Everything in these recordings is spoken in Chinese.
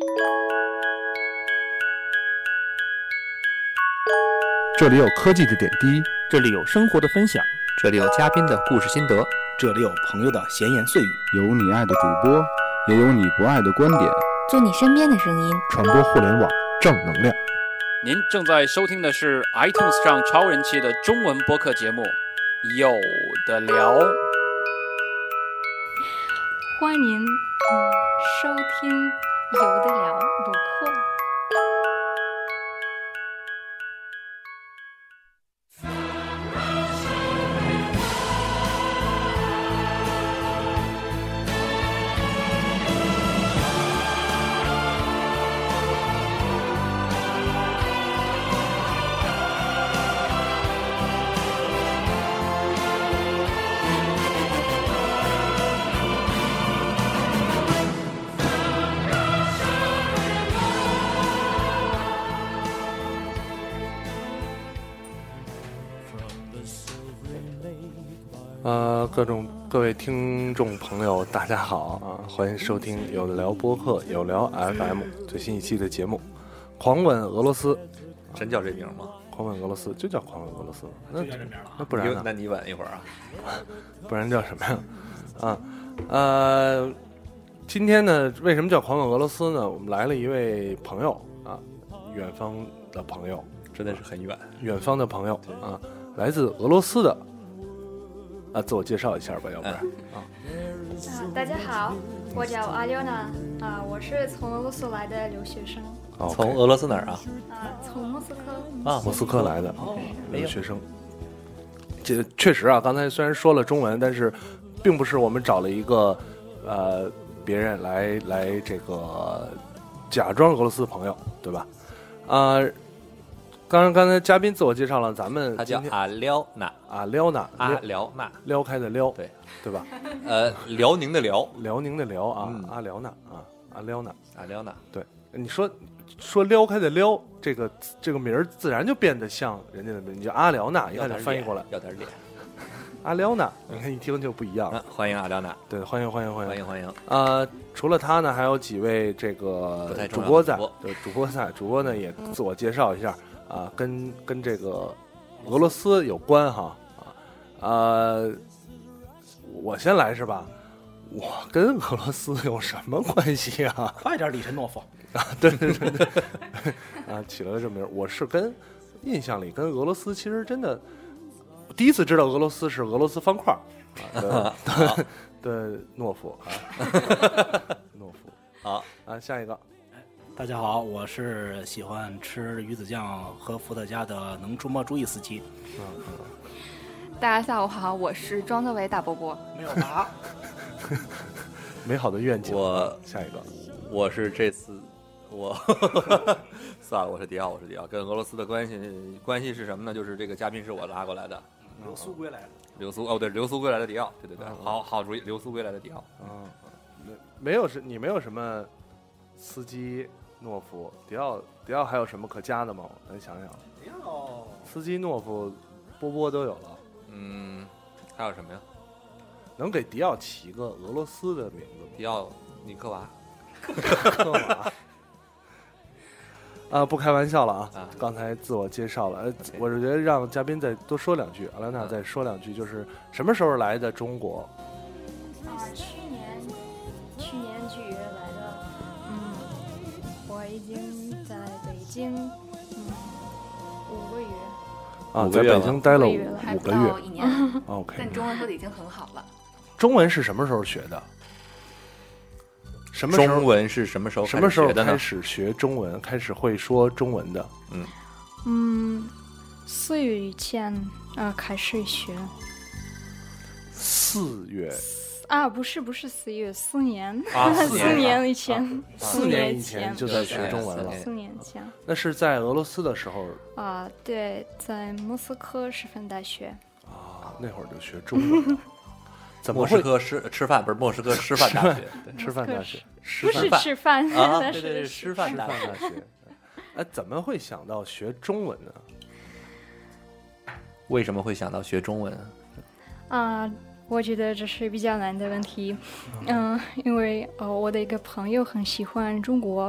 这里有科技的点滴， 这里有生活的分享， 这里有嘉宾的故事心得， 这里有朋友的闲言碎语， 有你爱的主播，也有你不爱的观点， 做你身边的声音， 传播互联网正能量。 您正在收听的是 iTunes 上超人气的中文播客节目《有的聊》， 欢迎您收听《有的聊》播客。 各位听众朋友，大家好啊！欢迎收听有的聊播客，有聊 FM 最新一期的节目《狂吻俄罗斯》。 真叫这名吗？ 狂吻俄罗斯就叫狂吻俄罗斯，那不然呢？ 那你吻一会儿啊？ 不然叫什么呀？今天呢，为什么叫狂吻俄罗斯呢？我们来了一位朋友啊，远方的朋友， 真的是很远， 远方的朋友啊，来自俄罗斯的。自我介绍一下吧，要不然大家好，我叫阿廖娜我是从俄罗斯来的留学生。 从俄罗斯哪儿啊？ 从莫斯科。 莫斯科来的留学生。这确实啊，刚才虽然说了中文，但是并不是我们找了一个别人来这个假装俄罗斯朋友，对吧？刚才嘉宾自我介绍了，咱们他叫阿廖娜， 撩开的撩，对吧？ 辽宁的辽， 辽宁的辽啊，阿廖娜啊，阿廖娜，对，你说撩开的撩，这个名儿自然就变得像人家的名，你叫阿廖娜，一看就翻译过来， 要点脸， 阿廖娜，你看一听就不一样。 欢迎阿廖娜， 对，欢迎。除了他呢，还有几位这个主播在，对，主播呢也自我介绍一下。跟这个俄罗斯有关哈我先来是吧？我跟俄罗斯有什么关系啊？ 快点，李晨诺夫对起了个这名，我是印象里跟俄罗斯其实真的第一次知道俄罗斯是俄罗斯方块对诺夫诺夫好下一个。 大家好，我是喜欢吃鱼子酱和伏特加的能捉摸注意司机。 大家下午好，我是庄德伟大波波。 没有答美好的愿景。下一个， 我是这次算了，我是迪奥，跟俄罗斯的关系是什么呢？就是这个嘉宾是我拉过来的， 流苏归来的。 流苏归来的迪奥，对，好主意，流苏归来的迪奥。 你没有什么司机。诺夫、迪奥还有什么可加的吗？咱想想。迪奥、司机、诺夫、波波都有了。 还有什么呀？ 能给迪奥起一个俄罗斯的名字吗？ 迪奥尼科娃。 不开玩笑了啊！刚才自我介绍了，我是觉得让嘉宾再多说两句，阿廖娜再说两句，就是什么时候来的中国？ 去年9月来的。我已经在北京5个月。 在北京待了5个月， 一年。 OK。 但中文说的已经很好了。 中文是什么时候学的？ 中文是什么时候开始学中文，开始会说中文的 ？4月以前开始学。 4月不是4月，4年 ，4 年以前 ，4年以前就在学中文了。 4年前。 那是在俄罗斯的时候对，在莫斯科师范大学。 那会儿就学中文了。 莫斯科吃饭不是莫斯科师范大学， 师范大学不是吃饭对，师范大学。怎么会想到学中文呢？ 为什么会想到学中文我觉得这是比较难的问题。因为我的一个朋友很喜欢中国，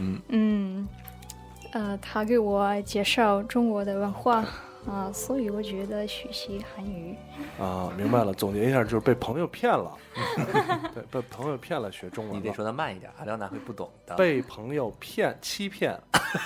他给我介绍中国的文化。所以我觉得学习韩语明白了。总结一下，就是被朋友骗了。对，被朋友骗了学中文。 你得说的慢一点，阿廖娜会不懂的。 被朋友欺骗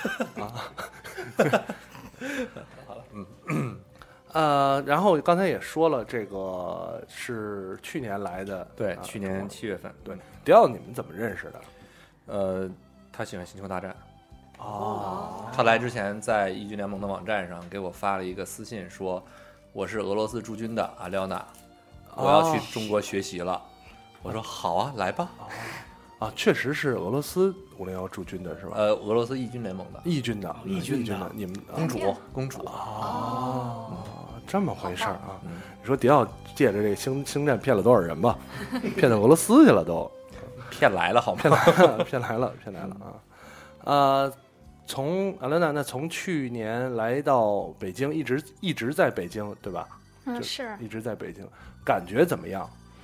然后刚才也说了，这个是去年来的， 对，去年7月份。 对，迪奥，你们怎么认识的？ 他喜欢星球大战。 哦， 他来之前在义军联盟的网站上给我发了一个私信，说我是俄罗斯驻军的阿廖娜，我要去中国学习了。我说好啊，来吧。 确实是俄罗斯501驻军的是吧？ 俄罗斯义军联盟的。 义军的，你们公主。 这么回事啊？你说迪奥借着这个星战骗了多少人吧？骗到俄罗斯去了都， 骗来了好吗？ 骗来了啊！从阿廖娜，那从去年来到北京，一直在北京，对吧？ 是一直在北京，感觉怎么样？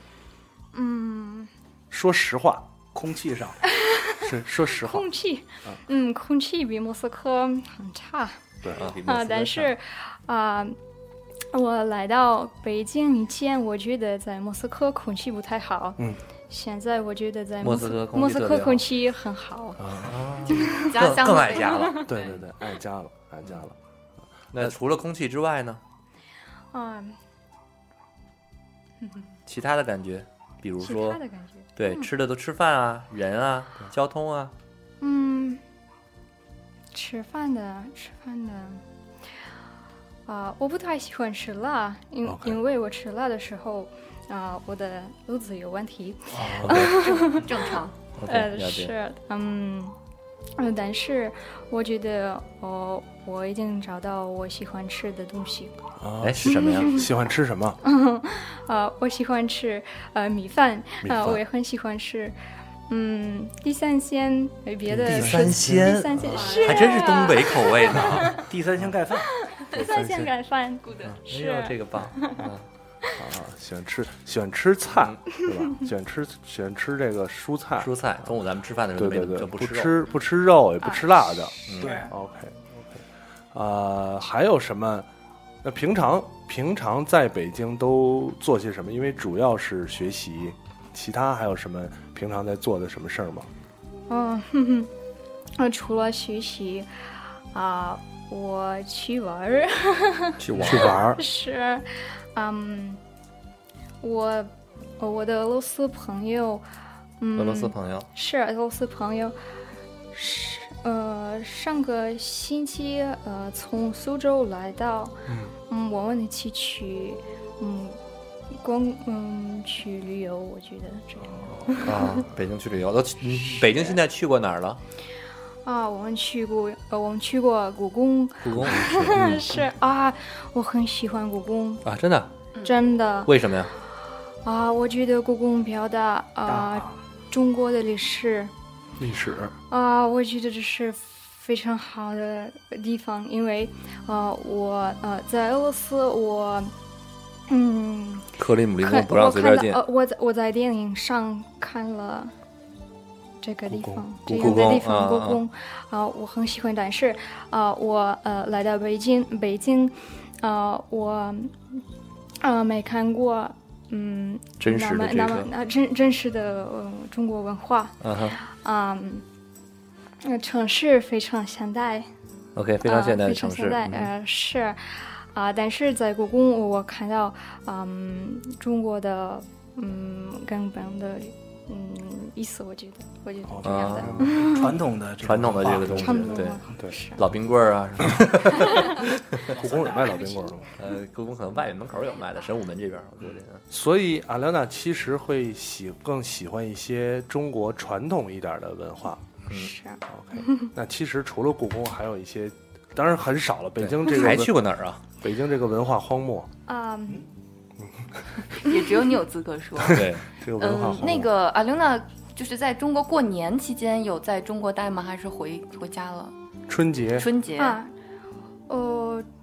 说实话， 空气上是说实话， 空气比莫斯科很差。 对但是我来到北京以前，我觉得在莫斯科空气不太好。现在我觉得在莫斯科空气很好， 更爱家了。 对，爱家了。 那除了空气之外呢？其他的感觉，比如说，对，吃的都吃饭啊，人啊，交通啊。 吃饭的，我不太喜欢吃辣，因为我吃辣的时候。我的肚子有问题， 正常。 是，但是我觉得，我已经找到我喜欢吃的东西。 是什么呀？ 喜欢吃什么？ 我喜欢吃米饭，我也很喜欢吃。地三鲜，别的地三鲜是，还真是东北口味的。 地三鲜盖饭， 地三鲜盖饭， 是这个棒。 喜欢吃菜，对吧？喜欢吃这个蔬菜。 中午咱们吃饭的时候， 对， 不吃肉，也不吃辣的。 对 ，OK。还有什么？那平常在北京都做些什么？因为主要是学习，其他还有什么平常在做的什么事儿吗？ 除了学习，我去玩儿。 去玩儿是。我的俄罗斯朋友，是俄罗斯朋友，上个星期从苏州来到，我们一起去去旅游，我觉得这样。 北京去旅游，北京现在去过哪儿了？ 我们去过故宫。是我很喜欢故宫真的。 为什么呀？ 我觉得故宫表达中国的历史。我觉得这是非常好的地方，因为我在俄罗斯， 克里姆林宫不让随便进。 我在电影上看了这个地方，这样的地方，故宫我很喜欢。但是我来到北京，我没看过真实的真实的中国文化。城市非常现代。 OK， 非常现代的城市。 是但是在故宫我看到中国的根本的意思，我觉得这样的传统的这个东西，对，老冰棍啊什么。故宫有卖老冰棍吗？ 故宫可能外面门口有卖的，神武门这边我觉得。 所以阿廖娜其实会更喜欢一些中国传统一点的文化。 是 OK。那其实除了故宫，还有一些，当然很少了。北京这个还去过哪儿啊？ 北京这个文化荒漠。 也只有你有资格说。 对， 这个文化荒漠。 那个阿廖娜就是在中国过年期间有在中国待吗？还是回家了？ 春节。 春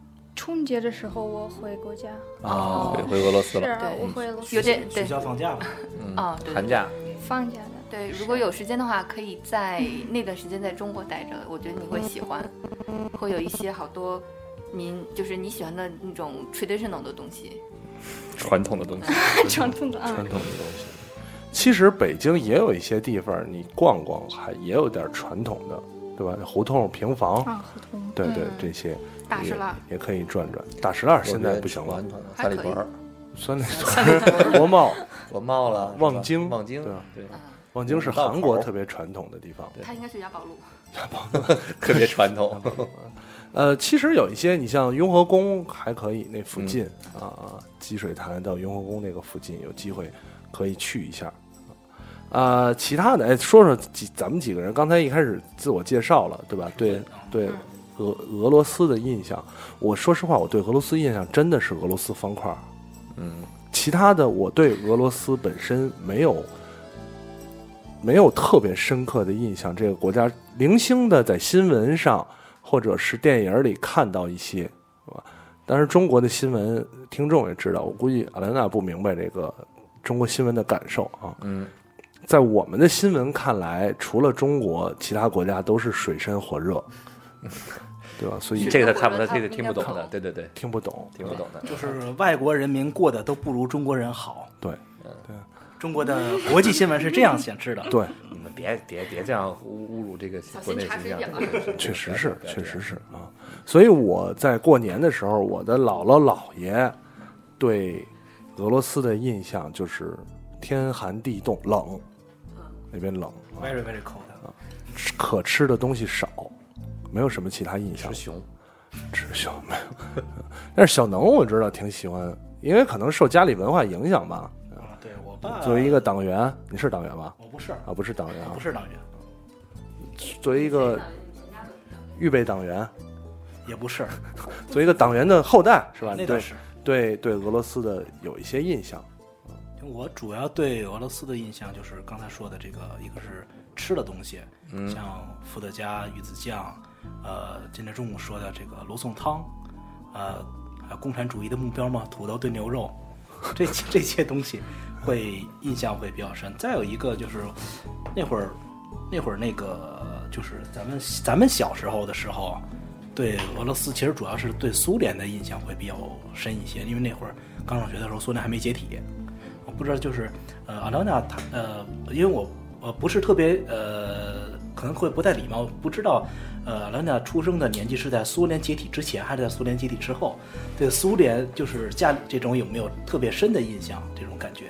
春节的时候我回国家。 回俄罗斯了。 是，我回俄罗斯。 有点对学校放假了。 对， 寒假放假的。 对，如果有时间的话，可以在那段时间在中国待着，我觉得你会喜欢，会有一些好多就是你喜欢的那种 traditional 的东西， 传统的东西， 传统的传统的东西。其实北京也有一些地方，你逛逛也有点传统的，对吧？胡同、平房胡同， 对，这些大石烂也可以转转。大石烂现在不行了， 传统的三里屯、 三里屯、国贸了， 望京， 对吧？对，望京是韩国特别传统的地方， 它应该是雅宝路， 特别传统。 其实有一些，你像雍和宫还可以，那附近积水潭到雍和宫那个附近，有机会可以去一下。其他的，说说咱们几个人刚才一开始自我介绍了，对吧？对，俄罗斯的印象，我说实话，我对俄罗斯印象真的是俄罗斯方块。其他的我对俄罗斯本身没有特别深刻的印象。这个国家零星的在新闻上或者是电影里看到一些，是吧？但是中国的新闻听众也知道，我估计阿兰娜不明白这个中国新闻的感受啊。在我们的新闻看来，除了中国，其他国家都是水深火热，对吧？所以这个他看不懂，这个听不懂的，对， 听不懂的， 就是外国人民过得都不如中国人好。 对， 中国的国际新闻是这样显示的。 对， 你们别这样侮辱这个国内形象。 确实是啊。所以我在过年的时候，我的姥姥姥爷对俄罗斯的印象就是天寒地冻，冷，那边冷 ，very very cold 可吃的东西少，没有什么其他印象。吃熊没有，但是小能我知道挺喜欢，因为可能受家里文化影响吧。 对我爸作为一个党员，你是党员吧？ 我不是啊，不是党员， 不是党员。 作为一个预备党员， 也不是。 作为一个党员的后代是吧？ 那倒是。 对俄罗斯的有一些印象。 我主要对俄罗斯的印象就是刚才说的这个，一个是吃的东西，像伏特加、鱼子酱，今天中午说的这个罗宋汤，还有共产主义的目标嘛，土豆炖牛肉，这些东西会印象会比较深。再有一个就是那会儿那个就是咱们小时候的时候，对俄罗斯其实主要是对苏联的印象会比较深一些，因为那会儿刚上学的时候，苏联还没解体。我不知道，就是阿廖娜她因为我不是特别可能会不太礼貌，不知道阿廖娜出生的年纪是在苏联解体之前还是在苏联解体之后？对苏联就是家里这种有没有特别深的印象？这种感觉？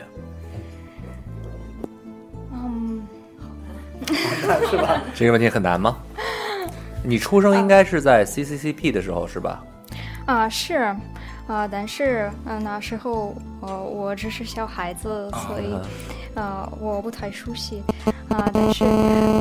是吧？ 这个问题很难吗？你出生应该是在 CCCP 的时候是吧？ 是。但是那时候我只是小孩子，所以我不太熟悉但是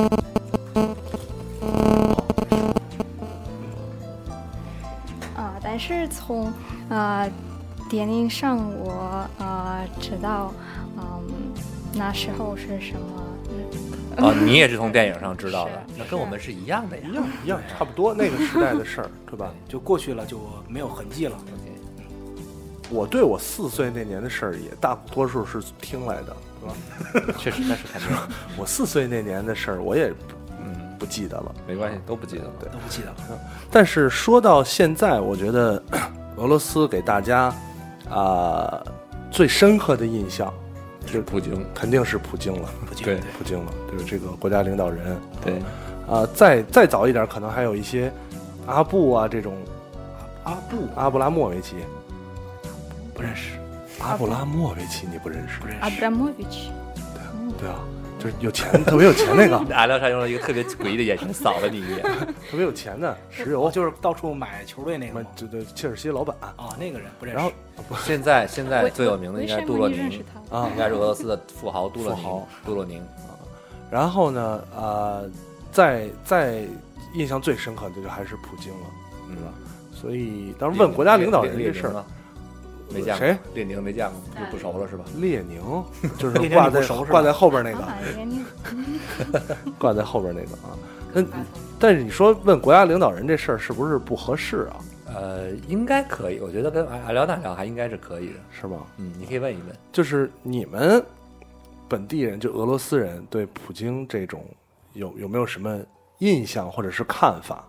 但是从电影上我知道那时候是什么。 你也是从电影上知道的，那跟我们是一样的呀， 一样，差不多那个时代的事儿，对吧？ 就过去了，就没有痕迹了。 我对我4岁那年的事儿也大多数是听来的，是吧？ 确实，那是肯定的。 我4岁那年的事儿，我也不记得了。 没关系，都不记得了， 对，都不记得了。 但是说到现在，我觉得俄罗斯给大家最深刻的印象是普京， 肯定是普京了。 对， 普京了，就是这个国家领导人。 对， 再早一点，可能还有一些阿布啊这种。阿布拉莫维奇。 不认识。 阿布拉莫维奇你不认识？ 不认识。阿布拉莫维奇。 对啊，就是有钱，特别有钱那个。 阿廖沙用了一个特别诡异的眼神扫了你一眼。 特别有钱的石油， 就是到处买球队那个。 对，切尔西老板那个人不认识。 然后现在最有名的应该杜洛宁应该是俄罗斯的富豪杜洛宁。 然后呢，在印象最深刻的就还是普京了，对吧？所以当时问国家领导人这事儿。 没见过谁？列宁没见过，就不熟了是吧？ 列宁就是挂在后边那个，挂在后边那个啊。但是你说问国家领导人这事儿是不是不合适啊？ 应该可以，我觉得跟阿廖娜聊还应该是可以的， 是吧？ 你可以问一问， 就是你们本地人，就俄罗斯人对普京这种有没有什么印象或者是看法？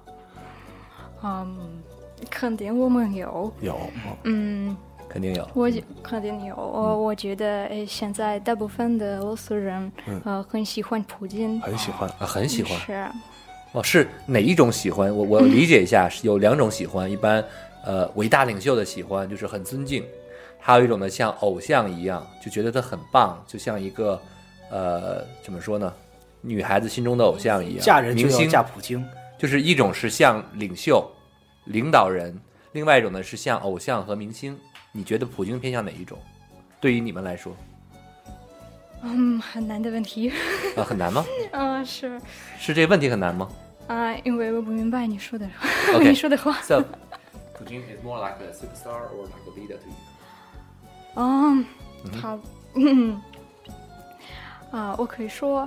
肯定我们有， 肯定有， 肯定有。我觉得现在大部分的俄罗斯人很喜欢普京， 很喜欢很喜欢。 是是哪一种喜欢？我理解一下，有2种喜欢，一般伟大领袖的喜欢就是很尊敬，还有一种呢像偶像一样，就觉得他很棒，就像一个怎么说呢，女孩子心中的偶像一样， 嫁人就要明星嫁普京。 就是一种是像领袖、领导人，另外一种呢是像偶像和明星。你觉得普京偏向哪一种？对于你们来说， 很难的问题。 很难吗？ 是这个问题很难吗？ 因为我不明白你说的 ，okay. 你说的话。 So, Putin is more like a superstar or like a leader to you? 好，我可以说，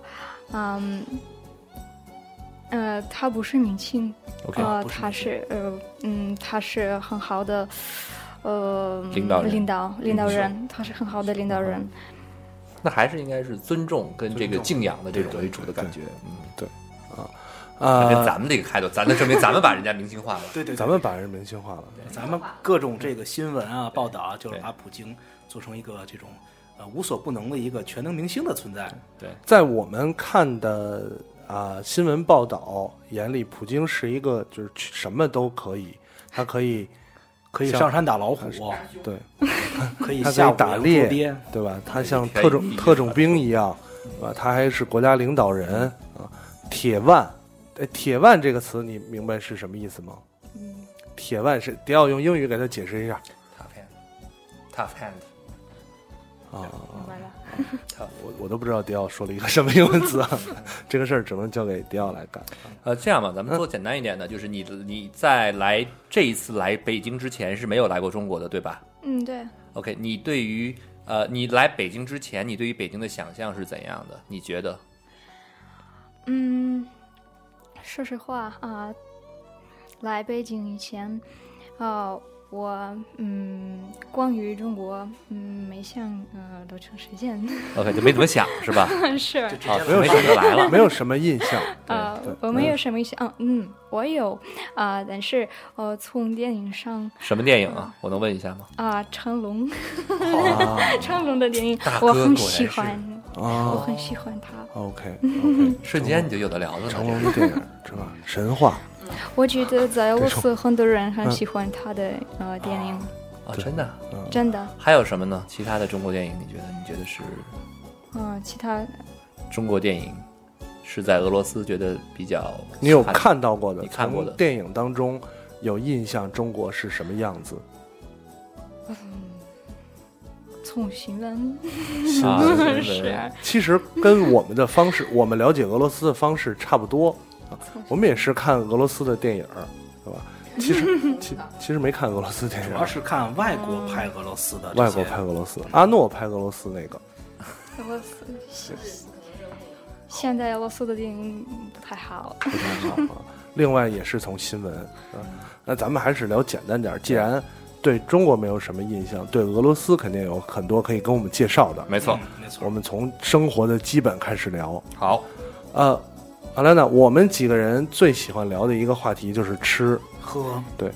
他不是明星，他是很好的，领导人，他是很好的领导人。 那还是应该是尊重跟这个敬仰的这种为主的感觉。 对跟咱们这个态度，咱能证明咱们把人家明星化了。 对， 咱们把人明星化了。 咱们各种这个新闻啊报道啊，就是把普京做成一个这种无所不能的一个全能明星的存在。 对， 在我们看的新闻报道眼里，普京是一个就是什么都可以，他可以上山打老虎， 对， 可以他可以打猎，对吧？他像特种兵一样，他还是国家领导人啊。铁腕，铁腕这个词你明白是什么意思吗？铁腕是迪奥用英语给他解释一下。 Tough hand。 明白了。 我都不知道迪奥说了一个什么英文词啊，这个事儿只能交给迪奥来干。 这样吧，咱们做简单一点的，就是你在这一次来北京之前是没有来过中国的，对吧？ 对。 OK， 你对于你来北京之前，你对于北京的想象是怎样的？你觉得？ 说实话来北京以前，我关于中国没想多长时间。 OK， 就没怎么想是吧？ 是没有想就来了， 没有什么印象。 我没有什么印象。我有但是从电影上。 什么电影啊？我能问一下吗？ 成龙。成龙的电影我很喜欢。我很喜欢他。 OK， 瞬间你就有的聊了。 成龙的电影是吧？神话。 我觉得在俄罗斯很多人很喜欢他的电影。 真的？ 真的。 还有什么呢？其他的中国电影，你觉得是？ 其他中国电影是在俄罗斯觉得比较你有看到过的？ 你看过的电影当中有印象中国是什么样子？ 从新闻是， 其实跟我们的方式，我们了解俄罗斯的方式差不多。我们也是看俄罗斯的电影，对吧？其实没看俄罗斯电影， 主要是看外国拍俄罗斯的。 外国拍俄罗斯，阿诺拍俄罗斯那个。 俄罗斯现在俄罗斯的电影不太好。 不太好。另外也是从新闻那咱们还是聊简单点。既然对中国没有什么印象，对俄罗斯肯定有很多可以跟我们介绍的。 没错， 我们从生活的基本开始聊。 好， 阿兰娜，我们几个人最喜欢聊的一个话题就是吃喝。 对，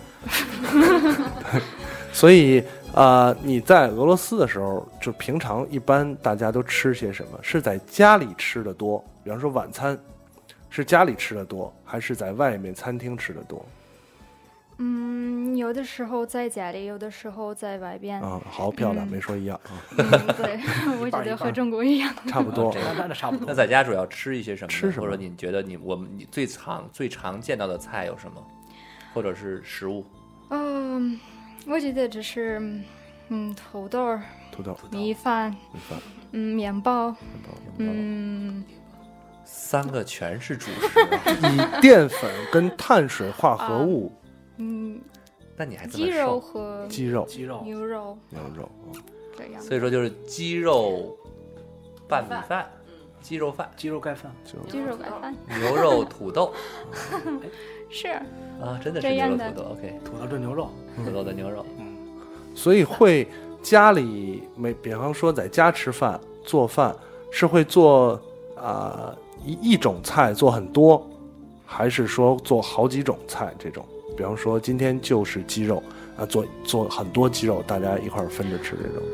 所以你在俄罗斯的时候，就平常一般大家都吃些什么？是在家里吃的多，比方说晚餐是家里吃的多，还是在外面餐厅吃的多？ 有的时候在家里，有的时候在外边。 好漂亮，没说一样。 对，我觉得和中国一样， 差不多， 差不多。 那在家主要吃一些什么？ 吃什么？ 或者你觉得你最常见到的菜有什么？或者是食物？ 我觉得这是土豆、米饭、面包， 三个全是主食， 以淀粉跟碳水化合物。 那你还这么瘦？ 鸡肉和鸡肉、 牛肉，这样。 所以说就是鸡肉拌米饭，鸡肉饭， 鸡肉盖饭， 鸡肉盖饭， 牛肉土豆。 是啊，真的是牛肉土豆 ，OK， 土豆炖牛肉， 土豆的牛肉， 所以会家里比方说在家吃饭做饭是会做一种菜做很多，还是说做好几种菜这种？比方说今天就是鸡肉做很多鸡肉，大家一块儿分着吃这种。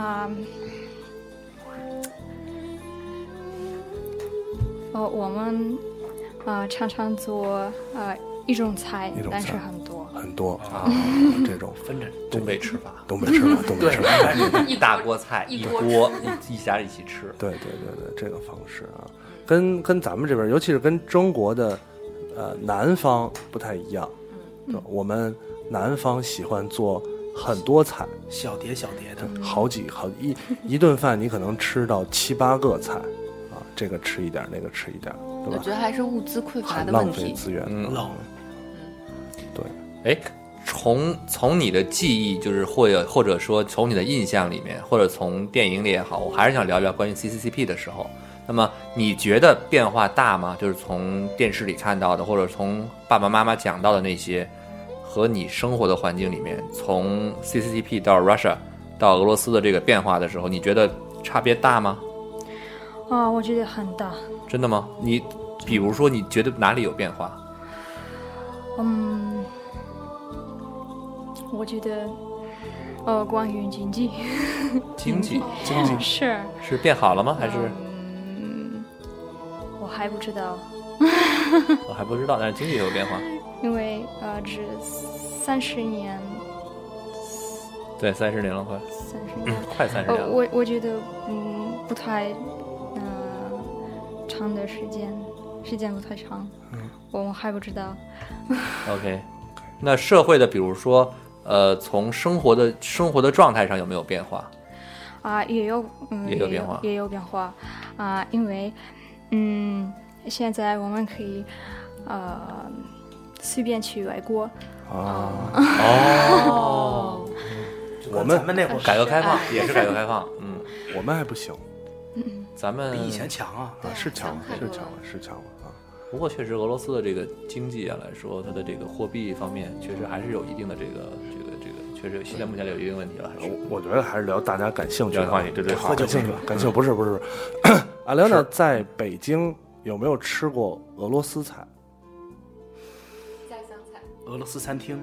我们常常做一种菜，但是很多这种分着东北吃法， 东北吃法， 一大锅菜，一锅一家一起吃。 对，这个方式啊，跟咱们这边，尤其是跟中国的南方不太一样。我们南方喜欢做很多菜， 小碟的， 好一顿饭你可能吃到7、8个菜啊，这个吃一点，那个吃一点，对吧？ 我觉得还是物资匮乏的浪问题。 费资源， 对。从你的记忆，就是或者说从你的印象里面，或者从电影里也好，我还是想聊聊关于 CCCP 的时候。那么你觉得变化大吗？就是从电视里看到的，或者从爸爸妈妈讲到的那些，和你生活的环境里面，从 CCCP 到 Russia 到俄罗斯的这个变化的时候，你觉得差别大吗？ 我觉得很大。 真的吗？你比如说，你觉得哪里有变化？ 我觉得关于经济是变好了吗？还是？ 我还不知道。 我还不知道，但是经济有变化。 因为这30年。 对，30年了，快 30年， 快30年了。 我觉得不太长的时间不太长。我还不知道。 OK， 那社会的，比如说从生活的状态上有没有变化？ 也有变化， 也有变化因为现在我们可以随便去外国我们那会儿改革开放也是改革开放， 我们还不行， 咱们比以前强啊， 是强了啊。 不过确实俄罗斯的这个经济来说，它的这个货币方面确实还是有一定的这个确实现在目前有一定问题了。 我觉得还是聊大家感兴趣的话题，对， 感兴趣不是。阿廖娜在北京有没有吃过俄罗斯菜？ 家乡菜， 俄罗斯餐厅。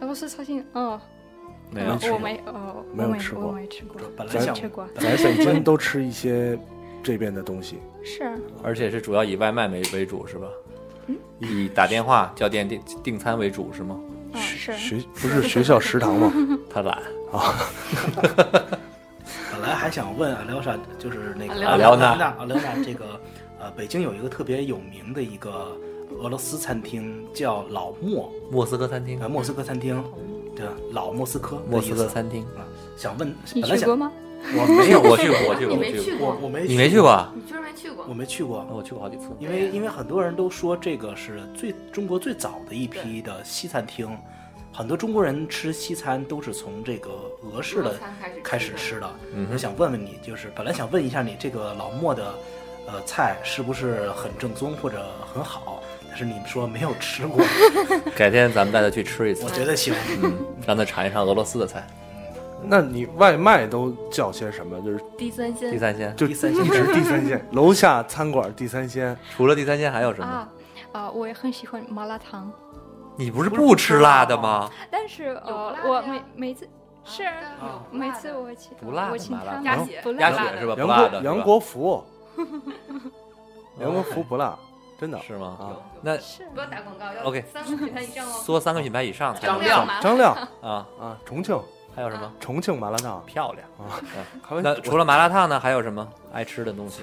没有， 我没吃过。 本来想吃过， 在北京都吃一些这边的东西， 是， 而且是主要以外卖为主，是吧？以打电话叫订餐为主，是吗？ 是。 不是学校食堂吗？ 他懒啊。 本来还想问阿廖沙，就是那个阿廖娜这个北京有一个特别有名的一个俄罗斯餐厅叫老莫斯科餐厅， 莫斯科餐厅，对，老莫斯科餐厅啊。想问， 你去过吗？ 我没有， 我去过。 你没去过？ 我没。 你没去过？ 你居然没去过？ 我没去过， 我去过好几次。 因为很多人都说这个是中国最早的一批的西餐厅，很多中国人吃西餐都是从这个俄式的开始吃的。我想问问你，就是本来想问一下你这个老莫的菜是不是很正宗或者很好，但是你们说没有吃过。 改天咱们带他去吃一次， 我觉得行， 让他尝一尝俄罗斯的菜。 那你外卖都叫些什么？就是地三鲜， 就一直地三鲜，楼下餐馆地三鲜。 除了地三鲜还有什么？ 我也很喜欢麻辣烫。 你不是不吃辣的吗？ 但是我每次是每次我请不辣的麻辣鸭血是吧？不辣的杨国福，杨国福不辣。真的是吗？那不要打广告，要 OK 3个品牌以上哦。 说3个品牌以上才张亮啊， 重庆还有什么？ 重庆麻辣烫漂亮啊！那除了麻辣烫呢，还有什么爱吃的东西？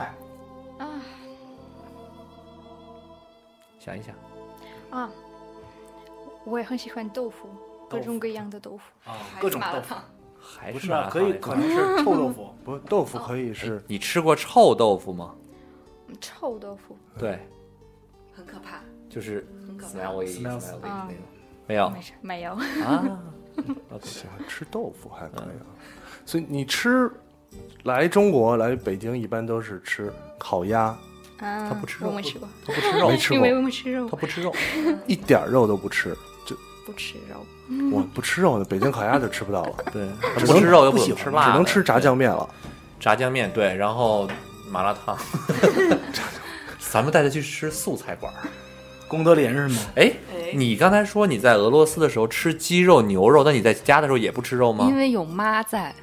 想一想我也很喜欢豆腐，各种各样的豆腐各种豆腐。 还是可能是臭豆腐， 不，豆腐可以是。 你吃过臭豆腐吗？ 臭豆腐， 对， 很可怕， 就是很可怕。 没有， 没有啊。 喜欢吃豆腐还可以啊。所以你来中国来北京一般都是吃烤鸭、 他不吃肉， 我没吃过， 他不吃肉， 没吃过， 因为我们吃肉， 他不吃肉， 一点肉都不吃， 不吃肉。 我不吃肉的，北京烤鸭就吃不到了， 对， 只能不吃肉又不不喜欢怎么吃辣的， 只能吃炸酱面了。 炸酱面，对，然后麻辣烫。咱们带他去吃素菜馆。 功德林是吗？ 哎，你刚才说你在俄罗斯的时候吃鸡肉、牛肉，那你在家的时候也不吃肉吗？ 因为有妈在。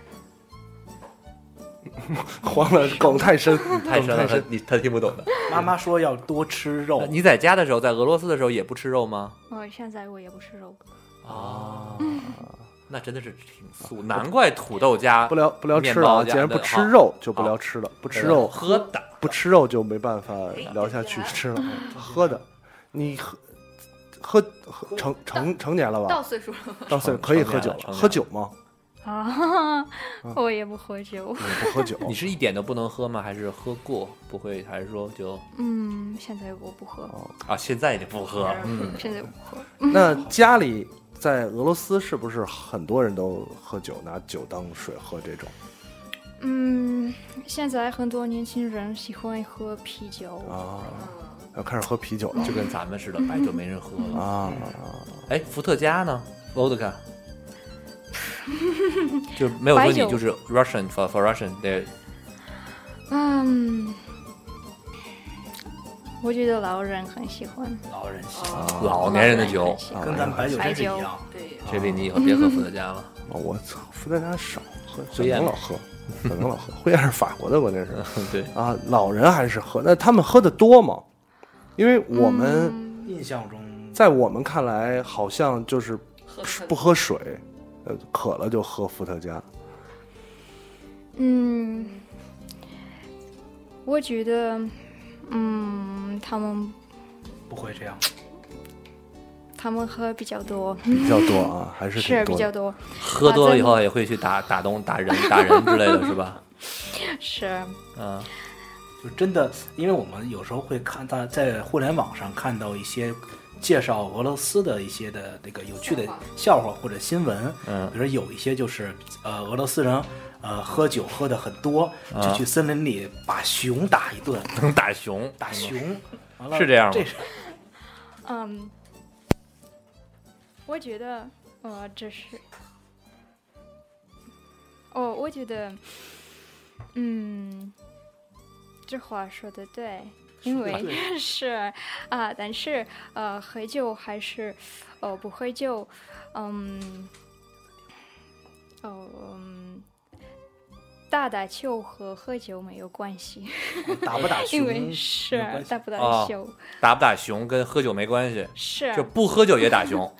慌了，梗太深， 太深了，他听不懂的。 妈妈说要多吃肉。 你在家的时候，在俄罗斯的时候也不吃肉吗？ 现在我也不吃肉。 啊，那真的是挺素，难怪土豆加不聊吃了。既然不吃肉，就不聊吃了。不吃肉， 喝的， 不吃肉就没办法聊下去。吃了，喝的，你喝成年了吧？ 到岁数了， 到岁可以喝酒了。喝酒吗？ 我也不喝酒。 你不喝酒？ 你是一点都不能喝吗？还是喝过不会？还是说就现在我不喝。 现在你不喝？ 现在不喝。 那家里在俄罗斯是不是很多人都喝酒，拿酒当水喝这种？ 现在很多年轻人喜欢喝啤酒要开始喝啤酒了， 就跟咱们似的，白酒没人喝了啊。 哎，伏特加呢 ？Vodka。就没有说你就是 Russian for Russian 对。 我觉得老人很喜欢。 老人喜欢老年人的酒， 跟咱们白酒真是一样。 对， 这里你以后别喝伏特加了。 我操，伏特加少喝，很能老喝，很能老喝。灰雁是法国的，关键是对啊， 老人还是喝，那他们喝的多吗？因为我们印象中， 在我们看来，好像就是不喝水。渴了就喝伏特加。 我觉得，他们不会这样。 他们喝比较多， 比较多啊，还是挺多的比较多。 喝多了以后也会去打人之类的是吧？ 是。 就真的，因为我们有时候会看到在互联网上看到一些。介绍俄罗斯的一些的那个有趣的笑话或者新闻，比如有一些就是俄罗斯人喝酒喝的很多，就去森林里把熊打一顿， 打熊， 完了是这样吗？ 这是我觉得这是我觉得这话说的对。因为是但是喝酒还是不喝酒，打球和喝酒没有关系。 打不打熊？ 因为是打不打球， 打不打熊跟喝酒没关系， 是就不喝酒也打熊。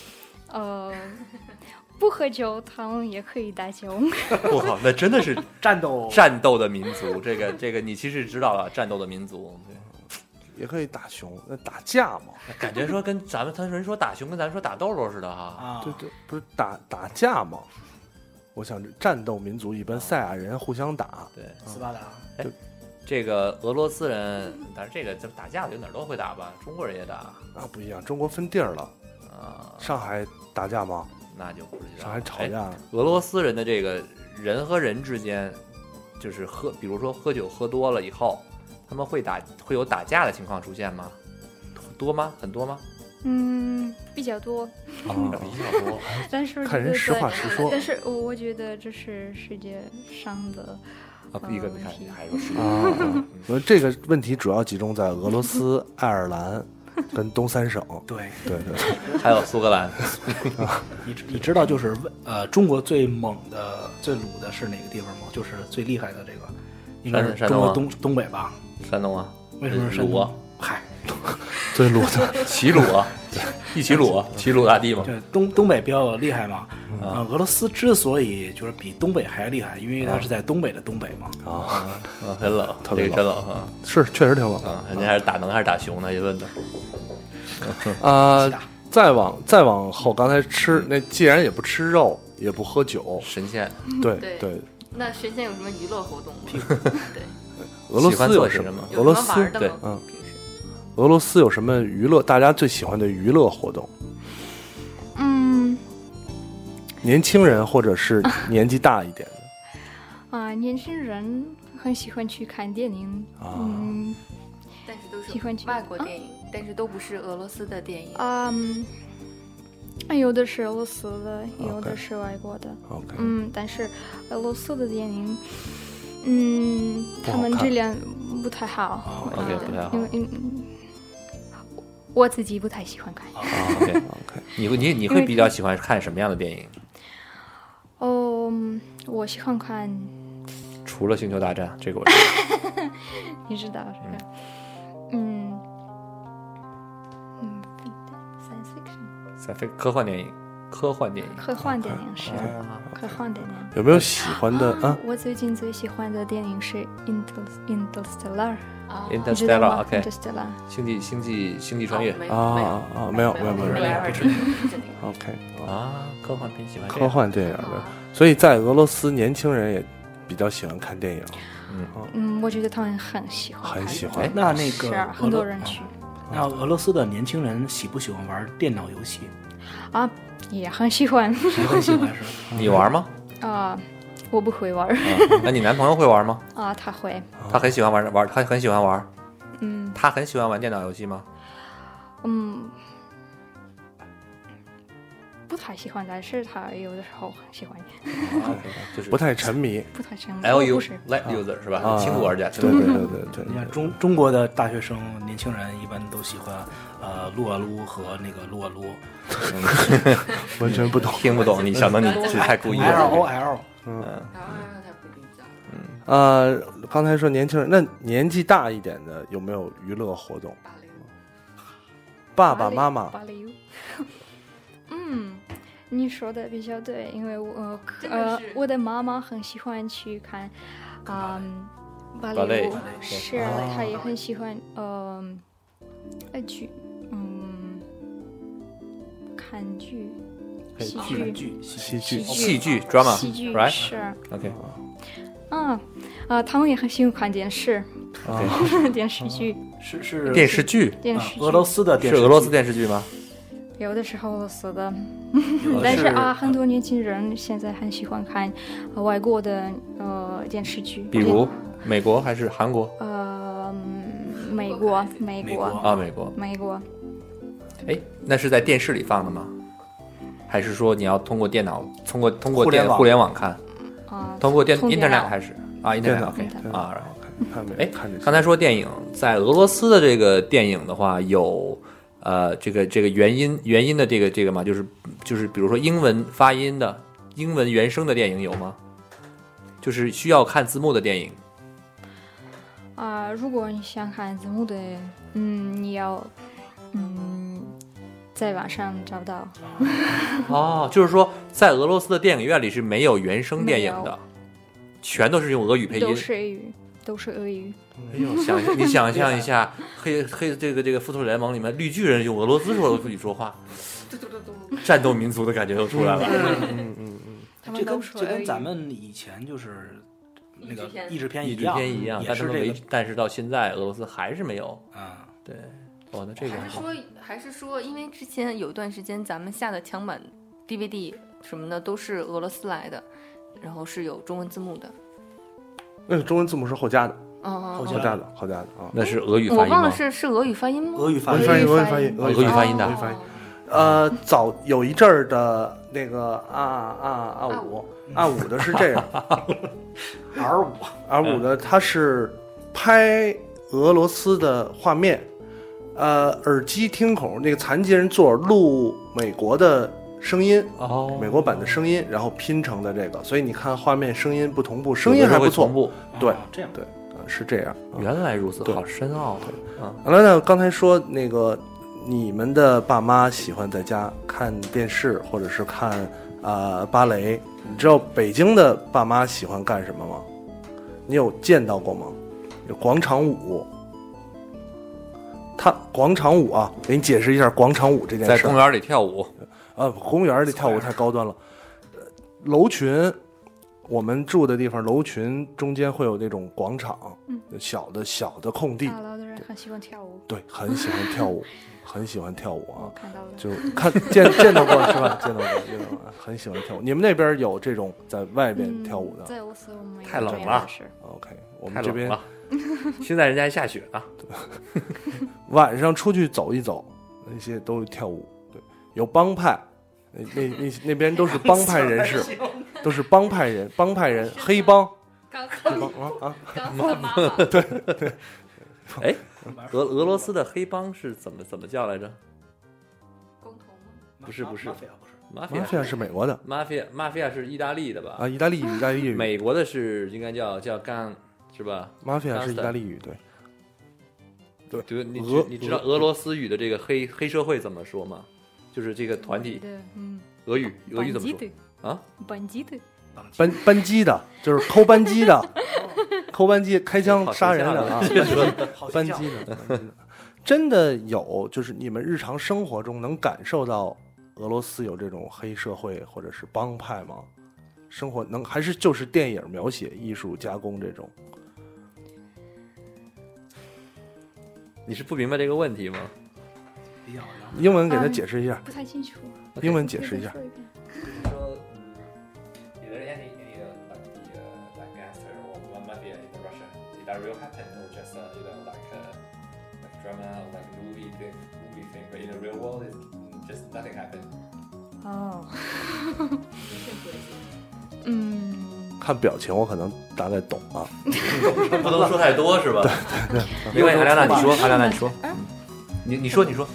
不喝酒他们也可以打球。 不好，那真的是战斗的民族。这个你其实知道了，战斗的民族也可以打熊，那打架嘛？ 感觉说跟咱们他人说打熊，跟咱说打豆豆似的哈。 对，不是打架嘛？我想战斗民族一般赛亚人互相打， 对， 斯巴达。 就这个俄罗斯人，但是这个打架的哪儿都会打吧？中国人也打不一样，中国分地儿了上海打架吗？ 那就不知道。 上海吵架。 俄罗斯人的这个人和人之间，就是比如说喝酒喝多了以后，他们会有打架的情况出现吗？多吗？很多吗？ 比较多。 比较多。 但是看人实话实说。 但是我觉得这是世界上的一个还是世界这个问题主要集中在俄罗斯、爱尔兰跟东三省。 对， 还有苏格兰。 你知道就是中国最猛的、最鲁的是哪个地方吗？就是最厉害的这个，应该是中国东北吧？ 山东啊？ 为什么是山东？嗨， 最鲁的齐鲁啊，一齐鲁，齐鲁大地嘛。 对，东北比较厉害嘛。俄罗斯之所以就是比东北还厉害，因为它是在东北的东北嘛。 很冷， 特别真冷啊。 是，确实挺冷人家还是打能还是打熊呢？一问的。 再往后，刚才吃那既然也不吃肉，也不喝酒， 神仙。 对。 那神仙有什么娱乐活动吗？对。 俄罗斯有什么？俄罗斯对， 俄罗斯有什么娱乐？大家最喜欢的娱乐活动？年轻人或者是年纪大一点的。 年轻人很喜欢去看电影。 但是都是喜欢去外国电影，但是都不是俄罗斯的电影。 有的是俄罗斯的，有的是外国的。 OK， 但是俄罗斯的电影，他们质量不太好。 OK， 不太好。 因为我自己不太喜欢看。 OK， 你会比较喜欢看什么样的电影？ 我喜欢看， 除了《星球大战》这个我知道。 你知道这个 science fiction，科幻电影，科幻电影是科幻电影。 有没有喜欢的啊？ 我最近最喜欢的电影是 Interstellar。 Interstellar OK， Interstellar 星际穿越没有 OK 科幻片喜欢科幻电影的，所以在俄罗斯年轻人也比较喜欢看电影。 我觉得他们很喜欢， 那个很多人去。 那俄罗斯的年轻人喜不喜欢玩电脑游戏？ 也很喜欢， 也很喜欢是吧？ 你玩吗？ 我不会玩。 那你男朋友会玩吗？ 他会。 他很喜欢玩，他很喜欢玩。他很喜欢玩电脑游戏吗？ 不太喜欢，但是他有的时候很喜欢。 就是不太沉迷。 LU Light User 是吧？轻度玩家。 对。 你看中国的大学生年轻人一般都喜欢撸啊撸和那个撸啊撸。 完全不懂， 听不懂。你想到你自己太故意了。 LOL。 刚才说年轻人，那年纪大一点的有没有娱乐活动？爸爸妈妈。 你说的比较对，因为我的妈妈很喜欢去看芭蕾舞，是她也很喜欢剧，看剧， 戏剧 drama 戏剧 right 是 OK。 他们也很喜欢看电视，电视剧是电视剧， 俄罗斯的电视剧， 是俄罗斯电视剧吗？ 有的是俄罗斯的，但是很多年轻人现在很喜欢看外国的电视剧， 比如美国还是韩国？ 美国。 美国。那是在电视里放的吗？还是说你要通过电脑，通过互联网看？通过Internet 还是Internet OK 刚才说电影在俄罗斯的这个电影的话有。这个原因的这个嘛，就是比如说英文发音的英文原声的电影有吗？就是需要看字幕的电影。 如果你想看字幕的，你要在网上找到。 就是说在俄罗斯的电影院里是没有原声电影的，全都是用俄语配音。 都是俄语。 你想象一下，黑这个复仇者联盟里面绿巨人用俄罗斯语说话，战斗民族的感觉都出来了。 这跟咱们以前就是那个译制片一样， 但是到现在俄罗斯还是没有。对。那这个还是说，因为之前有一段时间咱们下的强版 DVD 什么的都是俄罗斯来的，然后是有中文字幕的。 那个中文字幕是后加的，后加的啊。 那是俄语发音吗？ 我忘了是俄语发音吗？ 俄语发音的。 早有一阵儿的那个R5的是这样，R5的它是拍俄罗斯的画面，耳机听孔那个残疾人座录美国的声音，美国版的声音，然后拼成的这个，所以你看画面声音不同步，声音还不错。对， 这样对，是这样。 原来如此，好深奥。 好了，那刚才说那个你们的爸妈喜欢在家看电视或者是看芭蕾，你知道北京的爸妈喜欢干什么吗？你有见到过吗？有广场舞。广场舞啊，给你解释一下广场舞这件事。 在公园里跳舞。 公园里跳舞太高端了。楼群我们住的地方楼群中间会有那种广场，小的空地。 大陆的人很喜欢跳舞。 对，很喜欢跳舞，很喜欢跳舞啊！ 我看到了， 就见到过是吧？见到过，很喜欢跳舞。你们那边有这种在外边跳舞的？ 在俄罗斯我们太冷了。 OK， 我们这边现在人家还下雪呢。 晚上出去走一走，那些都跳舞。对，有帮派，那边都是帮派人士，都是帮派人，黑帮。对。 哎，俄罗斯的黑帮是怎么叫来着？ 共同吗？ 不是 ，mafia 是美国的 ，mafia 是意大利的吧？ 啊，意大利语。 美国的是应该叫gang是吧 ？mafia 是意大利语，对。 对，你知道俄罗斯语的这个黑社会怎么说吗？就是这个团体，俄语怎么说啊？ 扳机的，就是抠扳机的，抠扳机开枪杀人的啊，扳机的。真的有，就是你们日常生活中能感受到俄罗斯有这种黑社会或者是帮派吗？生活还是就是电影描写、艺术加工这种？ 你是不明白这个问题吗？ 英文给他解释一下。 不太清楚。 英文解释一下。 That real happened or just like a drama or like a movie thing, but in the real world it's just nothing happened. 哦， 看表情我可能大概懂啊。 不能说太多是吧？对，没关系，阿亮娜你说，你说。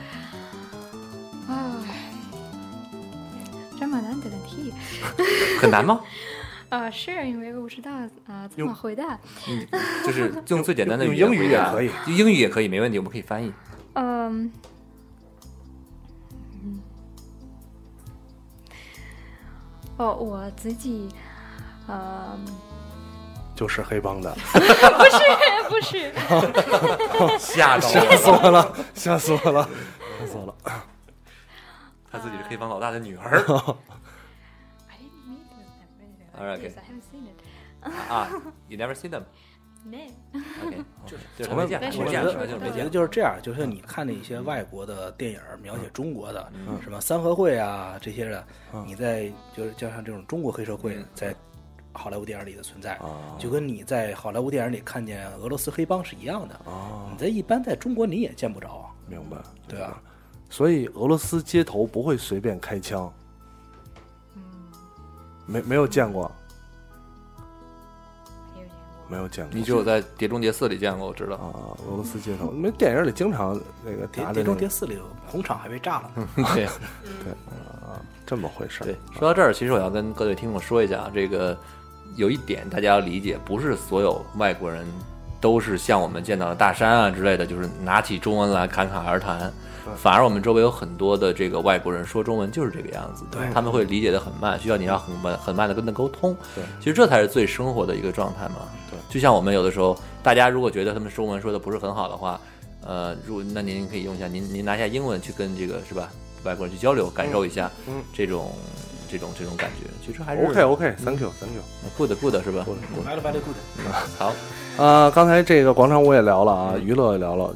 这么难的问题。 很难吗？ 是因为我不知道怎么回答。 就是用最简单的语言回答，用英语也可以，没问题，我们可以翻译。 我自己， 就是黑帮的。 不是， 吓死我了。 他自己是黑帮老大的女儿。Okay. You never seen them? No. Okay. 就是我觉得就是这样，就是你看那些外国的电影描写中国的，什么三合会啊这些的，你在就是加上这种中国黑社会在好莱坞电影里的存在，就跟你在好莱坞电影里看见俄罗斯黑帮是一样的。你在一般在中国你也见不着。 明白， 对啊。 所以俄罗斯街头不会随便开枪。没有见过，没有见过。 你只有在《碟中谍4》里见过，我知道啊。俄罗斯街头，因为电影里经常那个 《碟中谍4》里红场还被炸了。 对这么回事。 对，说到这儿，其实我要跟各位听众说一下啊，这个有一点大家要理解，不是所有外国人都是像我们见到的大山啊之类的，就是拿起中文来侃侃而谈。反而我们周围有很多的这个外国人说中文就是这个样子， 对， 他们会理解的很慢，需要你要很慢的跟他沟通。 对， 其实这才是最生活的一个状态嘛。 对， 就像我们有的时候，大家如果觉得他们中文说的不是很好的话，那您可以用一下您拿一下英文去跟这个是吧外国人去交流，感受一下这种感觉。其实还是 OK，Thank you， good 是吧 ？Very good。 好， 刚才这个广场舞也聊了啊，娱乐也聊了，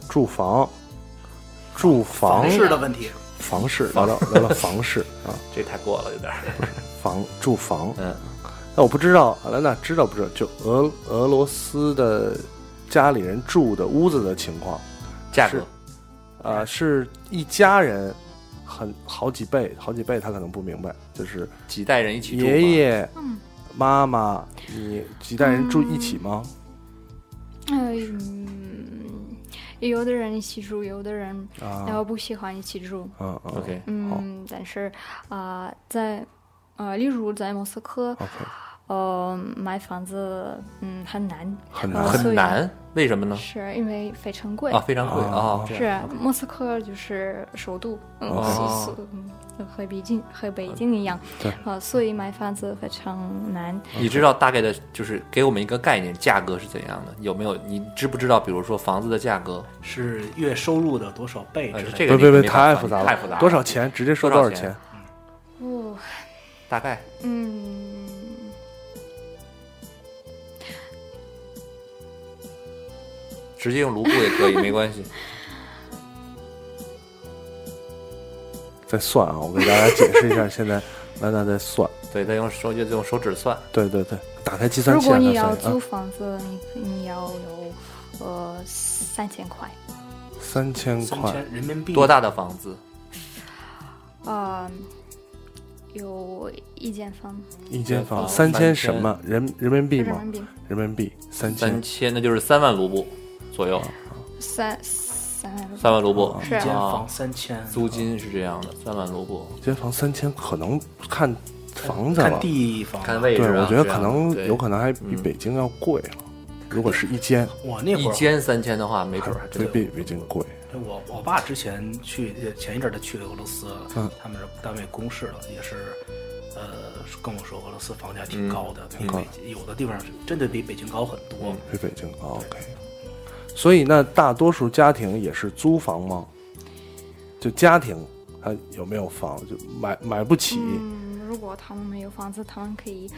住房式的问题， 房市聊了房市啊， 这太过了有点。 住房，那我不知道，阿兰娜知道不知道？就俄罗斯的家里人住的屋子的情况， 价格， 是一家人，好几辈，他可能不明白，就是几代人一起住， 爷爷、妈妈，你几代人住一起吗？ 有的人一起住，有的人然后不喜欢一起住。 OK， 但是在例如在莫斯科，买房子很难， 为什么呢？ 是因为非常贵非常贵是莫斯科就是首都，和北京一样，所以买房子非常难。 你知道大概的就是给我们一个概念，价格是怎样的？有没有？你知不知道？比如说房子的价格是月收入的多少倍？ 这个别太复杂了， 太复杂了。 多少钱？直接说多少钱？ 大概直接用卢布也可以，没关系。 在算啊，我给大家解释一下，现在兰娜在算。 对，他用手指算。 对对对，打开计算器。 如果你要租房子，你要有3000块。 3000块人民币。 多大的房子？ 有一间房。 一间房3000什么人民币吗？人民币 3000，那就是3万卢布左右。 3 万卢布， 是一间房3000， 租金是这样的，3万卢布。 一间房3000，可能看房子了， 看地方， 看位置。 对，我觉得有可能还比北京要贵了。如果是一间， 我那会儿一间3000的话，没准还真比北京贵。 我爸之前前一阵他去了俄罗斯，他们是单位公事了，也是跟我说俄罗斯房价挺高的，比北京有的地方真的比北京高很多， 比北京高。OK。所以那大多数家庭也是租房吗？就家庭他有没有房就买不起？ 如果他们没有房子，他们可以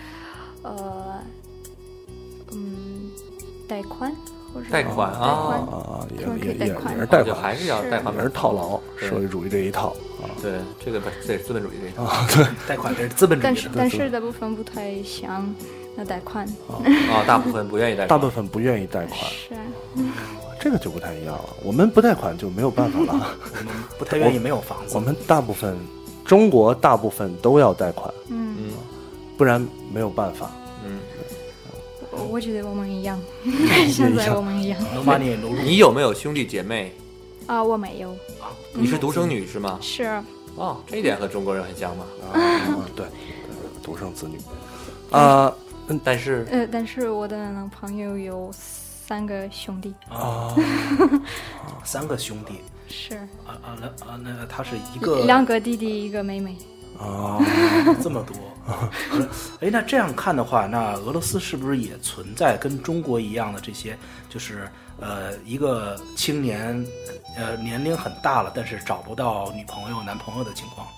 贷款或者贷款也是贷款， 还是要贷款， 也是套牢社会主义这一套啊。 对，这个对资本主义这一套。 对， 贷款是资本主义。 但是大部分不太想贷款。 大部分不愿意贷款。 大部分不愿意贷款。 是。 这个就不太一样了。我们不贷款就没有办法了。 我们不太愿意没有房子。 我们中国大部分都要贷款，不然没有办法。 我觉得我们一样，现在我们一样。 能把你融入。 你有没有兄弟姐妹？ 我没有。 你是独生女是吗？ 是。 这一点和中国人很像嘛。 对，独生子女。 但是我的男朋友有3个兄弟。 3个兄弟。 是。 那他是 2个弟弟，1个妹妹。 这么多。那这样看的话，那俄罗斯是不是也存在跟中国一样的这些，就是一个青年年龄很大了，但是找不到女朋友男朋友的情况？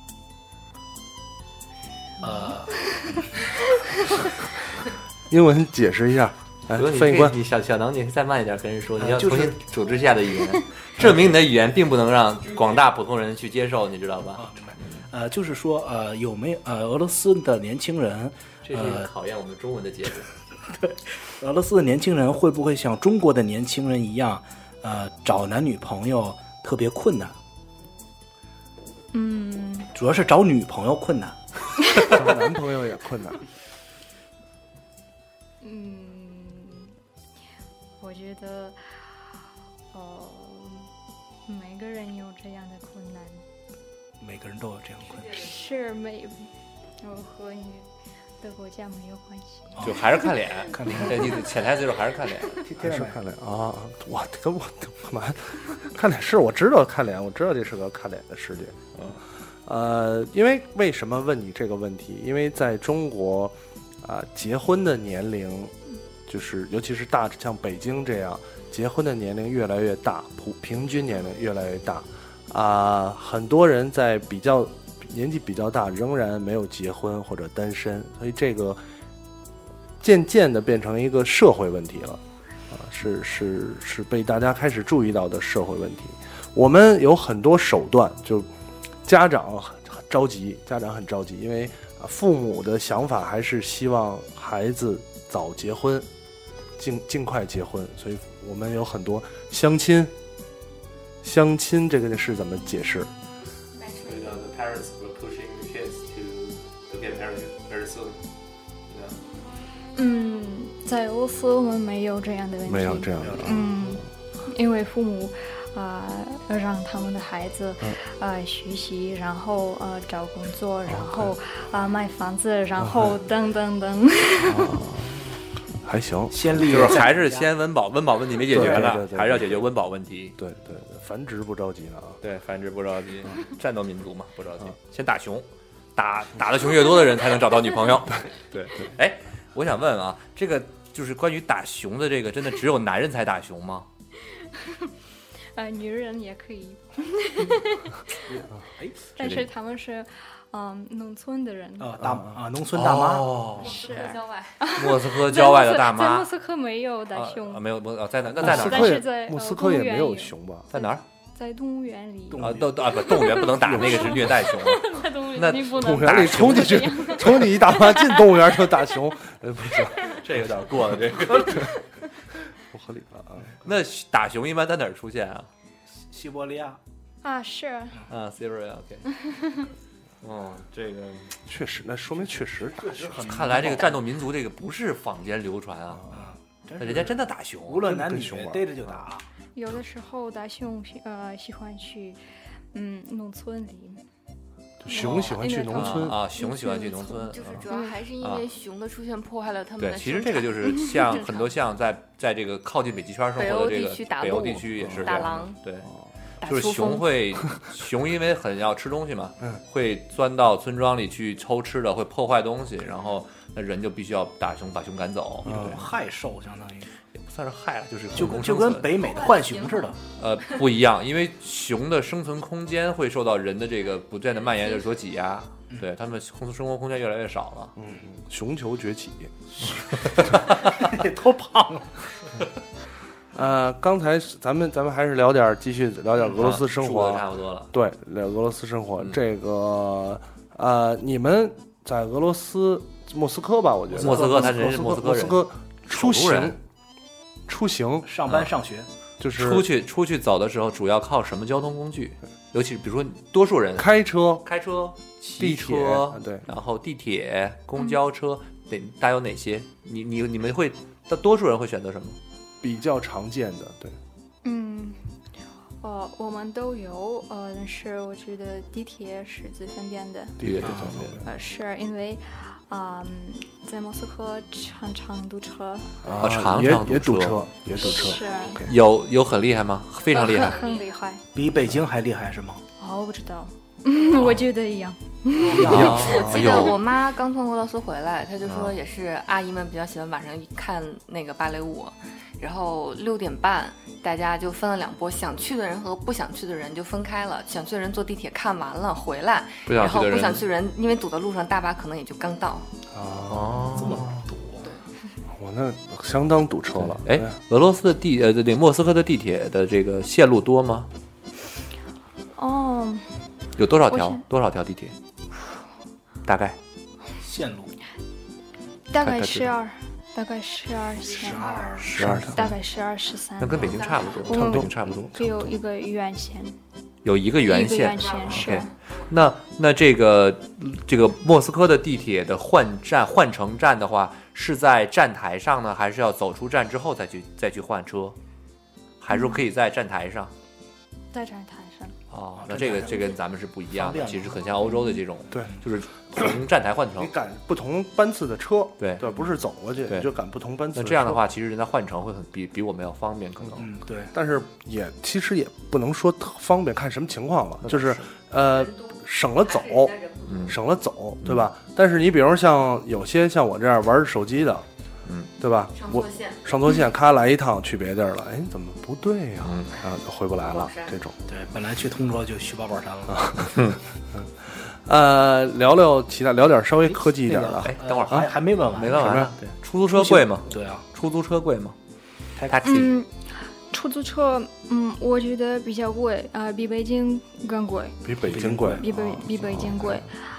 英文解释一下。翻译官， 你小能，你再慢一点跟人说，你要重新组织下的语言，证明你的语言并不能让广大普通人去接受，你知道吧？ 就是说，有没有俄罗斯的年轻人？ 这是一个考验我们中文的节目。 对，俄罗斯的年轻人会不会像中国的年轻人一样，找男女朋友特别困难？主要是找女朋友困难， 找男朋友也困难。 我觉得，每个人有这样的困难。 每个人都有这样的困难。 是和你的国家没有关系。 就还是看脸，看脸。这意思潜台词就是还是看脸， 还是看脸啊！我干嘛？看脸是我知道看脸，我知道这是个看脸的世界。因为什么问你这个问题？因为在中国，结婚的年龄。就是尤其是像北京这样，结婚的年龄越来越大，平均年龄越来越大，很多人在年纪比较大，仍然没有结婚或者单身，所以这个渐渐的变成一个社会问题了，是被大家开始注意到的社会问题。我们有很多手段，就家长很着急，因为父母的想法还是希望孩子早结婚。尽快结婚，所以我们有很多相亲这个事怎么解释？ 在俄罗斯我们没有这样的问题。 没有这样的。 因为父母让他们的孩子学习，然后找工作，然后买房子，然后等等等。 还行， 就是还是先温饱问题没解决呢，还是要解决温饱问题。 对，繁殖不着急呢啊。 对，繁殖不着急，战斗民族嘛，不着急。先打熊，打的熊越多的人才能找到女朋友。对。哎，我想问啊，这个就是关于打熊的这个，真的只有男人才打熊吗？ 女人也可以。但是他们是农村的人。 农村大妈。 是郊外。 莫斯科郊外的大妈。 在莫斯科没有大熊。 没有在哪？那在哪？ 但是在莫斯科也没有熊吧？ 在哪儿？ 在动物园里。 动物园不能打，那个是虐待熊。 在动物园那动物园里冲进去，冲你一大妈进动物园就打熊，不行， 这有点过了，这个不合理了啊。 那打熊一般在哪儿出现啊？ 西伯利亚。 是 Siberia OK。这个确实，那说明确实打熊。 看来这个战斗民族这个不是坊间流传啊，人家真的打熊， 无论男女逮着就打。 有的时候大熊喜欢去农村里。 熊喜欢去农村熊喜欢去农村， 就是主要还是因为熊的出现破坏了他们的。 对，其实这个就是像很多像在这个靠近北极圈生活的这个北欧地区也是打狼， 对，就是熊因为很要吃东西嘛，会钻到村庄里去偷吃的，会破坏东西，然后那人就必须要打熊，把熊赶走， 害兽相当于。 也不算是害了，就是就跟北美的浣熊似的。 不一样，因为熊的生存空间会受到人的这个不断的蔓延所挤压，对他们生活空间越来越少了。 熊球崛起， 多胖啊！刚才咱们还是继续聊点俄罗斯生活， 差不多了。 对，聊俄罗斯生活。这个你们在俄罗斯莫斯科吧？我觉得莫斯科，他人是莫斯科人。 出行、 上班、上学， 就是出去走的时候，主要靠什么交通工具？尤其比如说，多数人开车、 骑车， 对， 然后地铁、公交车，大有哪些？你们会，多数人会选择什么？ 比较常见的，对。 我们都有，但是我觉得地铁是最方便的。 地铁最方便。 是因为。在莫斯科常堵车， 也堵车， 是有很厉害吗？非常厉害， 很厉害， 比北京还厉害是吗？ 我不知道，我觉得一样。 我记得我妈刚从俄罗斯回来，她就说也是阿姨们比较喜欢晚上看那个芭蕾舞，然后6点半大家就分了2波，想去的人和不想去的人就分开了。想去的人坐地铁看完了回来，然后不想去的人因为堵在路上，大巴可能也就刚到。 这么堵， 我那相当堵车了。 俄罗斯的莫斯科的地铁的这个线路多吗？有多少条地铁？大概线路大概12线 ，12条， 大概12、13。 那跟北京差不多，跟北京差不多。 有一个原线。 有一个原线是。 那这个莫斯科的地铁的换乘站的话，是在站台上呢，还是要走出站之后再去换车，还是说可以在站台上？ 在站台上。 那这跟咱们是不一样的，其实很像欧洲的这种， 对， 就是从站台换乘， 你赶不同班次的车， 对， 不是走过去，你就赶不同班次的车。 那这样的话，其实人家换乘会比我们要方便，可能， 对， 但是其实也不能说特方便，看什么情况了，就是省了走，对吧？但是你比如像有些像我这样玩手机的。对吧？上错线，咔来一趟去别地儿了，怎么不对呀？然后就回不来了。这种对，本来去通州就去八宝山了。聊聊其他，聊点稍微科技一点的。 等会儿还没问完， 没问完。对，出租车贵吗？ 对啊， 出租车贵吗 ？Taxi。出租车，我觉得比较贵，比北京更贵。 比北京贵。 比北京贵，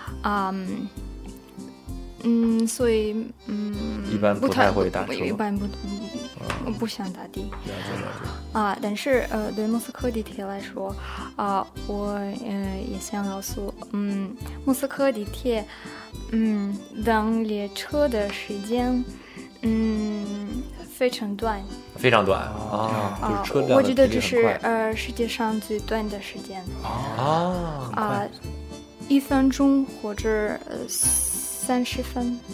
所以一般不太会打车， 一般不想打的。但是对莫斯科地铁来说，我也想告诉，莫斯科地铁，等列车的时间，非常短。 非常短就是车辆我觉得这是世界上最短的时间。1分钟或者30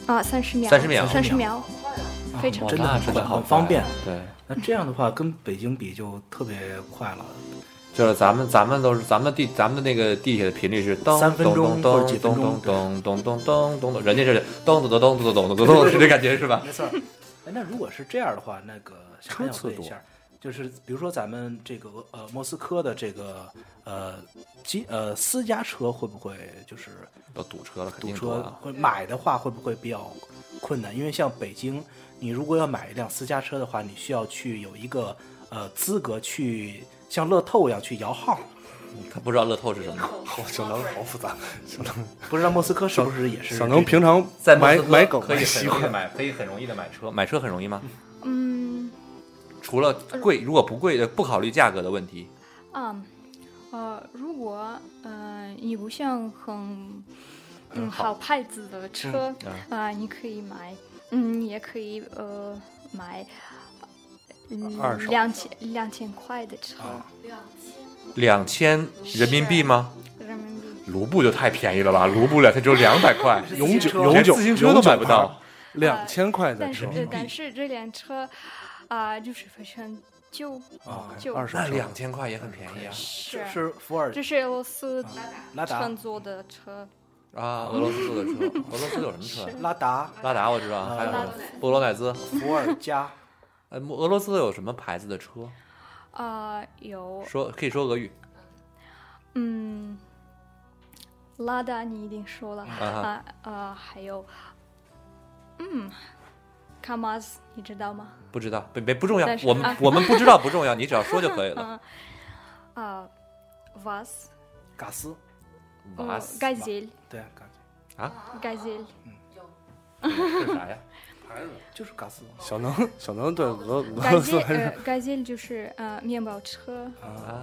秒，非常真的很方便。 对， 那这样的话跟北京比就特别快了。 就是咱们的那个地铁的频率是 3分钟或者几分钟， 咚，人家是咚，是这感觉是吧？ 没错。那如果是这样的话，那个车次多， 就是比如说咱们这个莫斯科的这个私家车会不会就是都堵车了，肯堵定多车会买的话会不会比较困难？因为像北京，你如果要买一辆私家车的话，你需要去有一个资格去像乐透一样去摇号。 他不知道乐透是什么。 小能好复杂，小能不知道莫斯科是不是也是？ 小能平常在买狗可以很容易的买，可以很容易的买车。买车很容易吗？除了贵，如果不贵的，不考虑价格的问题。 如果你不想很好牌子的车你可以买，你也可以买2000块的车。 2000人民币吗？ 人民币。 卢布就太便宜了吧？卢布2000只有200块， 永久连自行车都买不到。 2000块的车， 但是这辆车就是非常旧， 二手车那2000块也很便宜啊。 是伏尔， 这是俄罗斯乘坐的车啊，俄罗斯做的车。俄罗斯有什么车？ 拉达我知道，还有波罗乃兹、 伏尔加。 俄罗斯有什么牌子的车？ 有可以说俄语。 拉达你一定说了还有卡马斯你知道吗？ 不知道，不重要，我们不知道不重要，你只要说就可以了。 瓦斯、 嘎斯、 盖泽， 对， 盖泽， 是啥呀？ 牌子就是嘎斯。 小能对俄罗斯还是盖泽就是面包车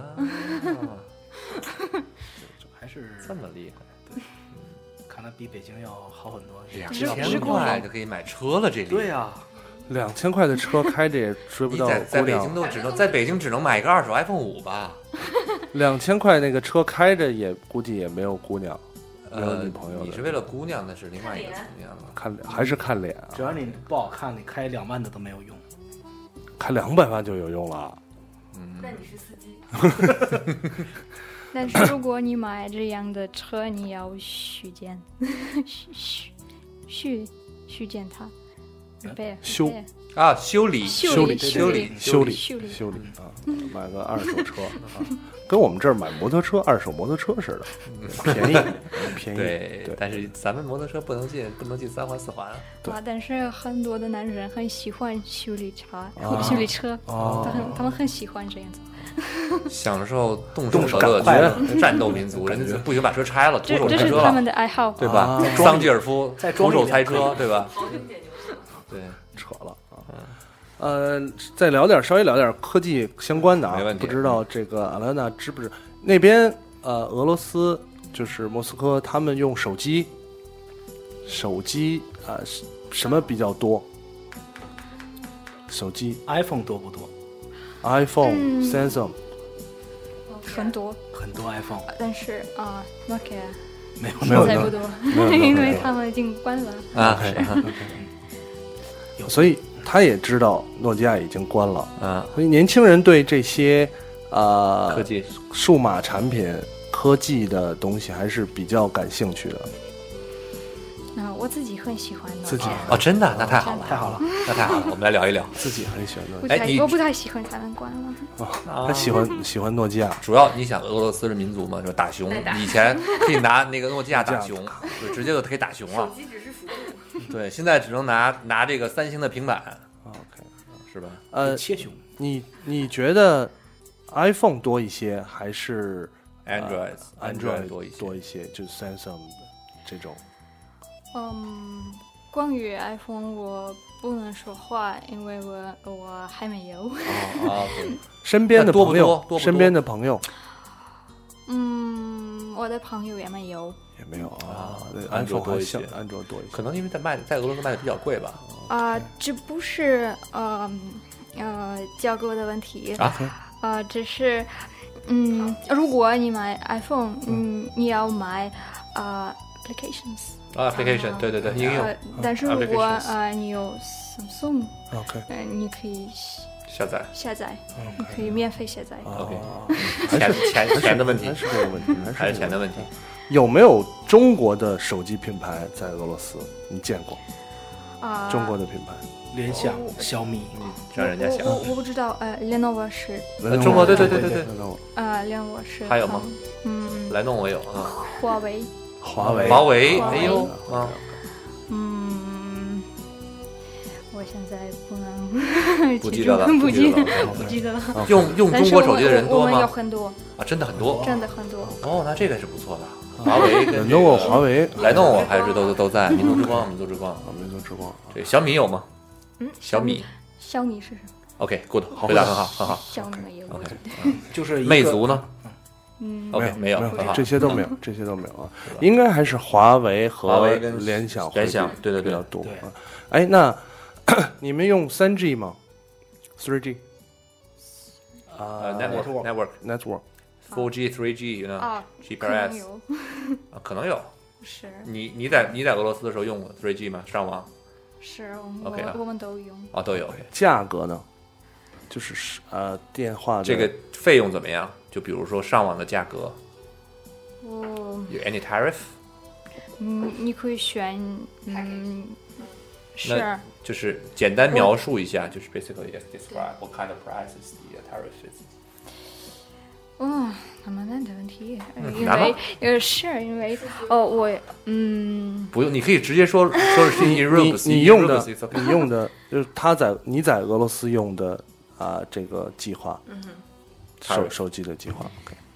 还是这么厉害。 对，看来比北京要好很多。 2000块就可以买车了，这里。 对呀 ，2000块的车开着也追不到。 在北京在北京只能买一个2手 iPhone 5吧。 2000块那个车开着也估计也没有姑娘，没有女朋友。 你是为了姑娘，那是另外一个层面了。 还是看脸啊。 只要你不好看，你开2万的都没有用。 开200万就有用了。 那你是司机。 但是如果你买这样的车，你要续检它， 修理买个二手车跟我们这儿买摩托车二手摩托车似的，便宜。 对，但是咱们摩托车不能进3环4环。 对，但是很多的男人很喜欢修理车，他们很喜欢这样子。 享受动手的乐趣，战斗民族，人家不行把车拆了，徒手拆车了， 这是他们的爱好， 对吧？桑吉尔夫徒手拆车，对吧？对， 扯了啊。稍微聊点科技相关的啊， 没问题。 不知道这个阿兰娜知不知那边俄罗斯就是莫斯科，他们用手机什么比较多？手机 iPhone 多不多 ？iPhone、Samsung 很多 iPhone， 但是Nokia 没有再不多，因为他们已经关了啊。 所以他也知道诺基亚已经关了啊。所以年轻人对这些科技、 数码产品、科技的东西还是比较感兴趣的。 我自己很喜欢自己真的，那太好了，那太好了，我们来聊一聊。 自己很喜欢诺基亚，我不太喜欢他们关了。 他喜欢诺基亚， 主要你想俄罗斯的民族嘛，就是打熊，以前可以拿那个诺基亚打熊，对，直接就可以打熊了。 手机只是辅助。 对，现在只能拿这个3星的平板。 OK， 是吧？ 切熊。 你觉得 iPhone 多一些，还是 Android 多一些？就是 Samsung 这种。 关于 iPhone 我不能说话，因为我还没有。 身边的朋友， 我的朋友也没有啊。iPhone 多一些， 安卓多一些， 可能因为在俄罗斯卖的比较贵吧。 这不是价格的问题只是如果你买 iPhone，你要买 application， 对，应用。 但是如果你有 Samsung， 你可以下载， 你可以免费下载。 钱的问题还是这个问题， 还是钱的问题。 有没有中国的手机品牌在俄罗斯？你见过？ 中国的品牌， 联想、小米， 让人家想。 我不知道，Lenovo 是中国对 ，Lenovo 是。 还有吗？莱诺我有啊。 华为， 哎呦啊。 我现在不能不记得了， 不记得了。 用中国手机的人多吗？ 我们有很多啊，真的很多。哦，那这个是不错的。华为跟华为、 莱诺我还是都在。民族之光， 民族之光。 对，小米有吗？小米是什么 ？OK，good， 回答很好，很好。 小米没有。 OK， 就是魅族呢？OK，没有， 这些都没有，啊。应该还是华为和联想， 对比较多。哎，那你们用3G 吗？3G？ Network。4G、3G， GPS 可能有。 是。 你在俄罗斯的时候用过 3G 吗？上网？ 是。 OK， 我们都用。 都有。 价格呢？就是电话的这个费用怎么样？就比如说上网的价格。有 any tariff？ 你可以选是。 就是简单描述一下，就是 basically describe what kind of prices the tariff is。 那么难的问题，因为我不用，你可以直接说是 in rubles。 你用的就是你在俄罗斯用的这个计划，手机的计划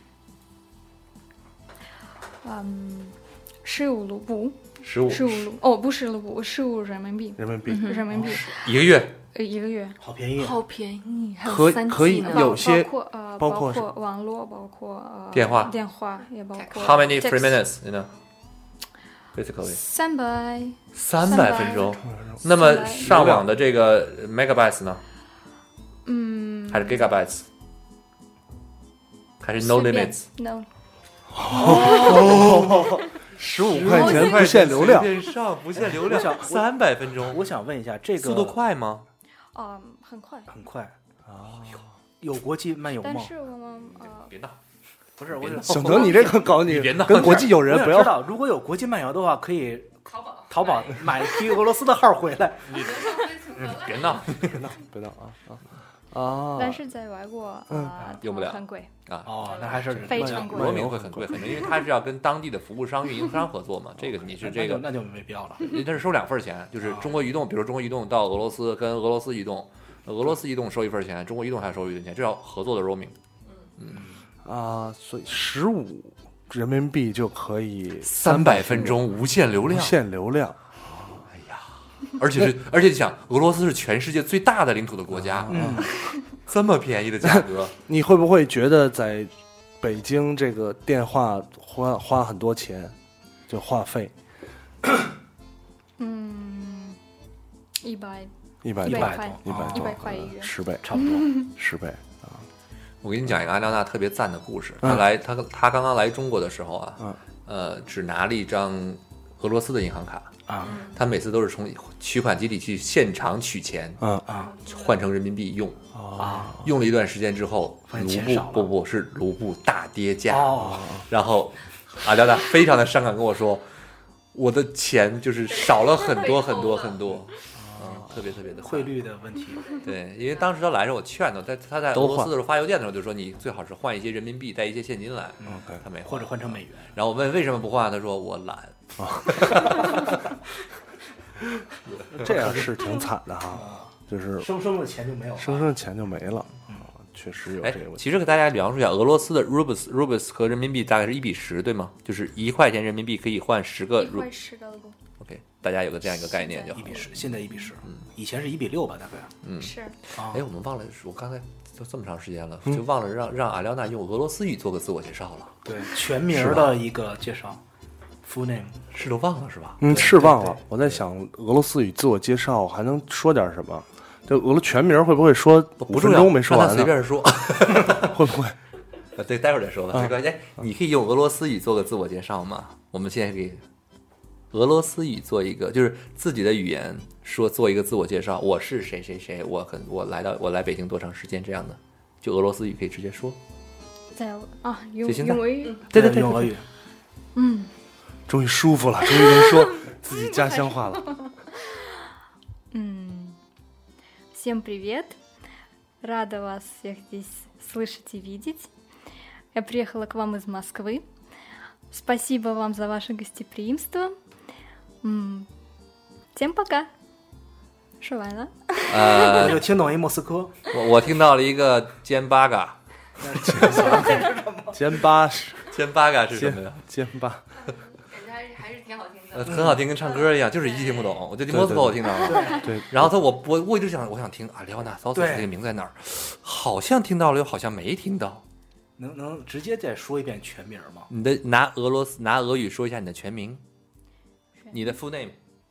，OK。15卢布。 15 卢不是卢布，15人民币。 人民币一个月。 1个月， 好便宜， 可以有些包括网络，包括电话也包括。 How many free minutes? You know, basically 300分钟。那么上网的这个 megabytes 呢？还是 gigabytes？ 还是 no limits？ No。 15块钱不限流量， 不限流量，300分钟。 我想问一下，这个速度快吗？ 很快有国际漫游吗？ 但是我们别闹， 不是，我省得你这个搞你别闹， 跟国际友人不要知道。如果有国际漫游的话，可以淘宝买一批俄罗斯的号回来。 别闹但是在外国用不了， 很贵那还是非常贵， 罗明会很贵，因为它是要跟当地的服务商、运营商合作嘛。这个你是这个， 那就没必要了。 它是收2份钱，就是中国移动，比如中国移动到俄罗斯跟俄罗斯移动，俄罗斯移动收1份钱，中国移动还收1份钱，这要合作的 roaming。 所以15人民币就可以 300分钟无限流量。哎呀，而且你想，俄罗斯是全世界最大的领土的国家，这么便宜的价格， 你会不会觉得在北京这个电话花很多钱，就话费 ？100 块 100块一月 ，10倍， 差不多 10倍。 我给你讲一个阿廖娜特别赞的故事。他刚刚来中国的时候只拿了一张俄罗斯的银行卡他每次都是从取款机里去现场取钱换成人民币用用了一段时间之后，是卢布大跌价然后阿廖娜非常的伤感跟我说，我的钱就是少了很多很多很多。特别的汇率的问题， 对，因为当时他来的时候，我劝他在俄罗斯的时候发邮件的时候就说，你最好是换一些人民币，带一些现金来。他没换， 或者换成美元。 然后我问为什么不换，他说我懒。 这样是挺惨的哈，就是生生的钱就没有了， 生生的钱就没了。确实有这个问题。 其实给大家描述一下，俄罗斯的 rubles 和人民币大概是1:10，对吗？就是1块钱人民币可以换10个 1块10个卢布。 OK， 大家有个这样一个概念就好了。 1:10，现在1:10，以前是1:6吧，大概。 是。 我们忘了，我刚才都这么长时间了，就忘了让阿廖娜用俄罗斯语做个自我介绍了。 对，全名的一个介绍 ，full name 是都忘了是吧？ 是忘了。我在想俄罗斯语自我介绍还能说点什么？就俄罗全名会不会说5分钟没说完呢？ 随便说， 会不会？ 对，待会儿再说吧，没关系。你可以用俄罗斯语做个自我介绍吗？我们现在可以俄罗斯语做一个，就是自己的语言做一个自我介绍。我是谁谁谁，我来北京多长时间这样的，就俄罗斯语可以直接说。 用俄语。 对， 用俄语。 终于舒服了，终于能说自己家乡话了。 Всем привет! Рада вас всех здесь слышать и видеть. Я приехала к вам из Москвы. Спасибо вам за ваше гостеприимство. Всем пока!说完了。 我有听懂一莫斯科。 我听到了一个尖巴嘎。 尖巴是尖巴嘎是什么呀？ 尖巴。 感觉还是挺好听的。 很好听，跟唱歌一样，就是一句听不懂。我就莫斯科我听到了。对。然后我一直想，我想听阿里奥纳·骚索这个名字在哪儿？好像听到了，又好像没听到。 能直接再说一遍全名吗？ 你的拿俄语说一下你的全名，你的 full name。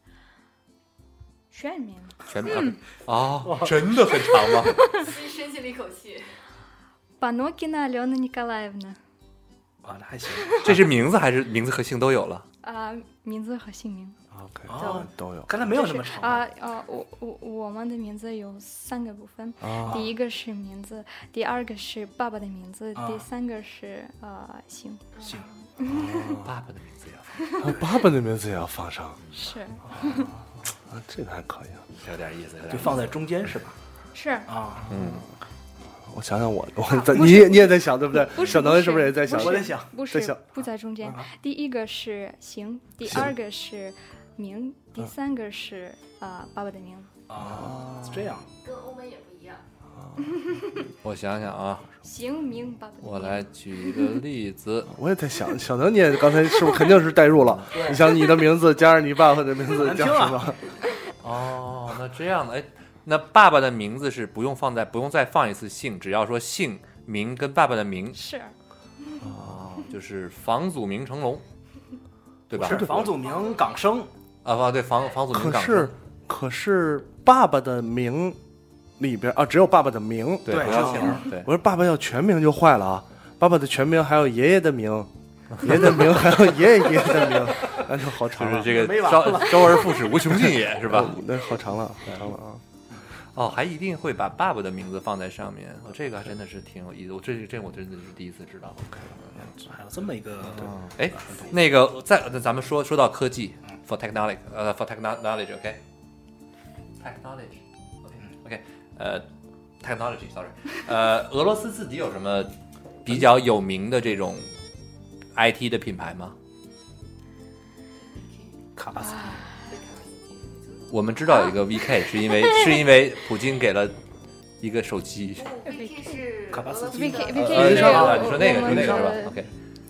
全名。 哦，真的很长吗？ 深吸了一口气。 Панокина Алена Николаевна。 啊，那还行。 这是名字还是名字和姓都有了？ 名字和姓名。 OK， 都有。 刚才没有那么长。 我们的名字有3个部分，第一个是名字，第二个是爸爸的名字，第三个是姓。 姓。 爸爸的名字也要爸爸的名字也要放上。 是。 这个还可以啊， 有点意思， 就放在中间是吧？ 是啊， 我想想，你也在想对不对？小能是不是也在想？ 我在想， 不在中间。第一个是姓，第二个是名，第三个是爸爸的名。 是这样， 跟欧美也不一样。 我想想啊， 姓名爸爸。 我来举一个例子。 我也在想，小能你也刚才是不是肯定是代入了？你想你的名字加上你爸爸的名字叫什么？ 哦，那这样的，哎，那爸爸的名字是不用再放一次姓，只要说姓名跟爸爸的名是。 哦，就是房祖名成龙，对吧？ 是房祖名港生啊，对，房祖名港生。 可是爸爸的名里边只有爸爸的名， 对，不要姓。对， 我说爸爸要全名就坏了啊！爸爸的全名还有爷爷的名，爷爷的名还有爷爷的名，那就好长了。 就是这个周而复始，无穷尽也是吧？ 那好长了，好长了啊！ 哦，还一定会把爸爸的名字放在上面，这个真的是挺有意思。我真的是第一次知道。 还有这么一个， 哎，那个咱们说到科技 ，for technology，for technology，OK，technology，OK，technology，sorry， 俄罗斯自己有什么比较有名的这种 IT 的品牌吗？ 卡巴斯基。 我们知道有一个 VK， 是因为普京给了一个手机。 VK 是卡巴斯基。 VK 你说那个是吧 ？OK。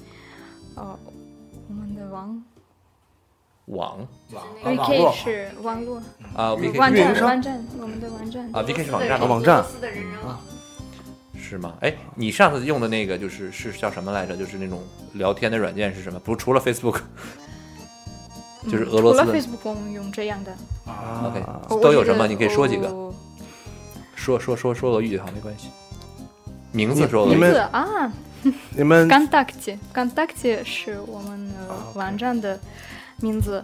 我们的网 VK 是网络啊 ，VK 网站，我们的网站啊 ，VK 是网站是吗？哎，你上次用的那个是叫什么来着？就是那种聊天的软件是什么？不是除了 Facebook。就是俄罗斯的。 除了 Facebook 我们用这样的。 OK， 都有什么？你可以说几个。说俄语就好，没关系。名字说俄语。 你们 Contact 是我们网站的名字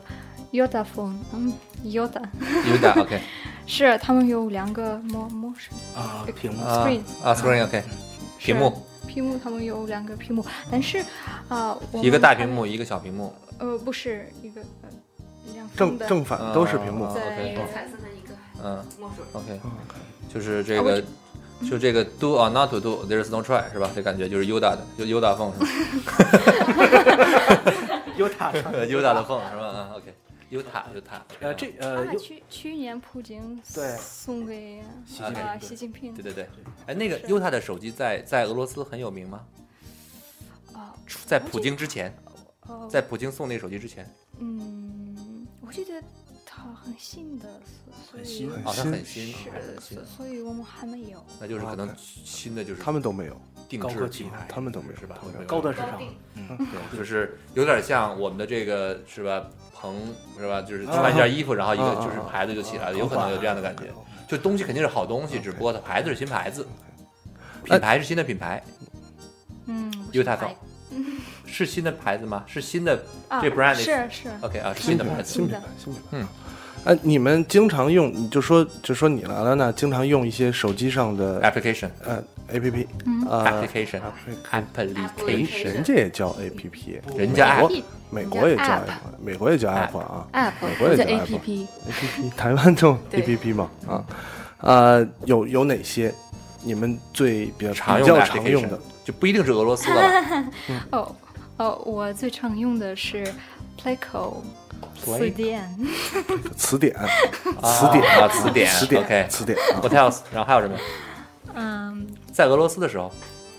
Yoda。Yoda OK。 是他们有2个模式屏幕 screen OK， 屏幕他们有2个屏幕，但是一个大屏幕，一个小屏幕。 不是一个正反都是屏幕。 一个彩色的一个墨水。 OK， 就是这个。就这个 do or not to do, there's no try 是吧？这感觉就是 Yoda 的，就 Yoda 凤是吧？Yoda 的凤是吧？OK，Yoda。 去年普京送给习近平。 对。哎，那个 Yoda 的手机在俄罗斯很有名吗？在普京之前，在普京送那个手机之前。 我记得它很新的。 很新，它很新， 所以我们还没有。 那就是可能新的就是他们都没有定制品牌， 他们都没有是吧？ 高端市场， 对，就是有点像我们的这个是吧？是吧？就是穿一件衣服，然后一个就是牌子就起来了，有可能有这样的感觉。就东西肯定是好东西，只不过它牌子是新牌子，品牌是新的品牌。Yoda 是新的牌子吗？是新的这 brand 是 OK 是新的牌子， 新品牌。你们经常用，你就说你来了呢，经常用一些手机上的 application， APP， application， 人家也叫 APP， 人家 app， 美国也叫 app， 美国也叫 app 啊 ，app， 美国也叫 APP， 台湾叫 APP 嘛有哪些你们最比较常用的， 就不一定是俄罗斯的了。我最常用的是 Playco 词典。 词典 ，OK， 词典。 What else？ 然后还有什么？在俄罗斯的时候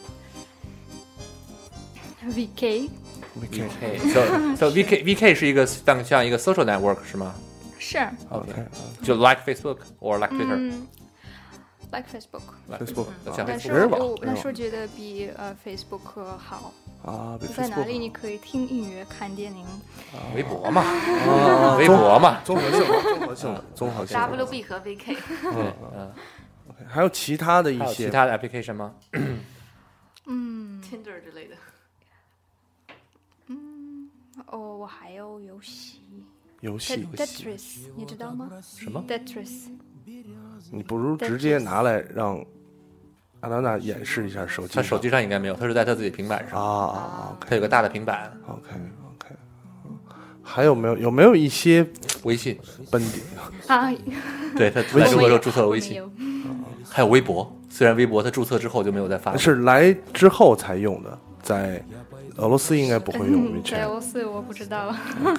，VK。So VK 是一个像一个 social network 是吗？ 是。 OK， 就 like Facebook or like Twitter。Like Facebook， 但是我觉得比Facebook 好啊。在哪里你可以听音乐、看电影？ 微博嘛，微博嘛， 综合性。 WB 和 VK。 对 ，OK， 还有其他的一些其他的 application 吗 ？Tinder 之类的。 我还有游戏。 Tetris， 你知道吗？ 什么 ？Tetris。 你不如直接拿来让阿兰娜演示一下手机。 他手机上应该没有，他是在他自己平板上啊。 他有个大的平板。 OK。还有没有一些微信本地啊？ 对，他来中国时候注册了微信。还有微博，虽然微博他注册之后就没有再发。 是来之后才用的，在俄罗斯应该不会用 WeChat。 在俄罗斯我不知道。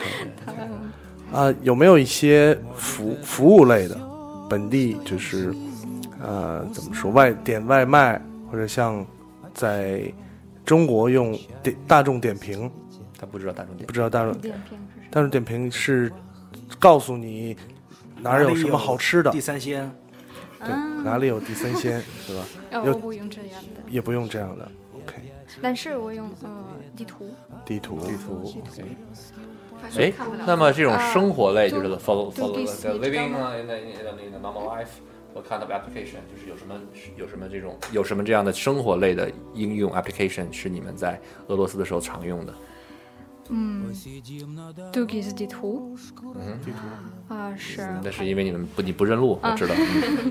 有没有一些服务类的？本地就是怎么说点外卖，或者像在中国用大众点评。 他不知道大众点评， 不知道大众点评是告诉你哪儿有什么好吃的， 地三鲜， 对，哪里有地三鲜，是吧？ 我不用这样的， 也不用这样的 ，OK。 但是我用地图。 哎，那么这种生活类就是 follow the living in the normal life，what kind of application， 就是有什么这样的生活类的应用 application 是你们在俄罗斯的时候常用的 ？Dugi 是地图。 地图是。 那是因为你不认路，我知道。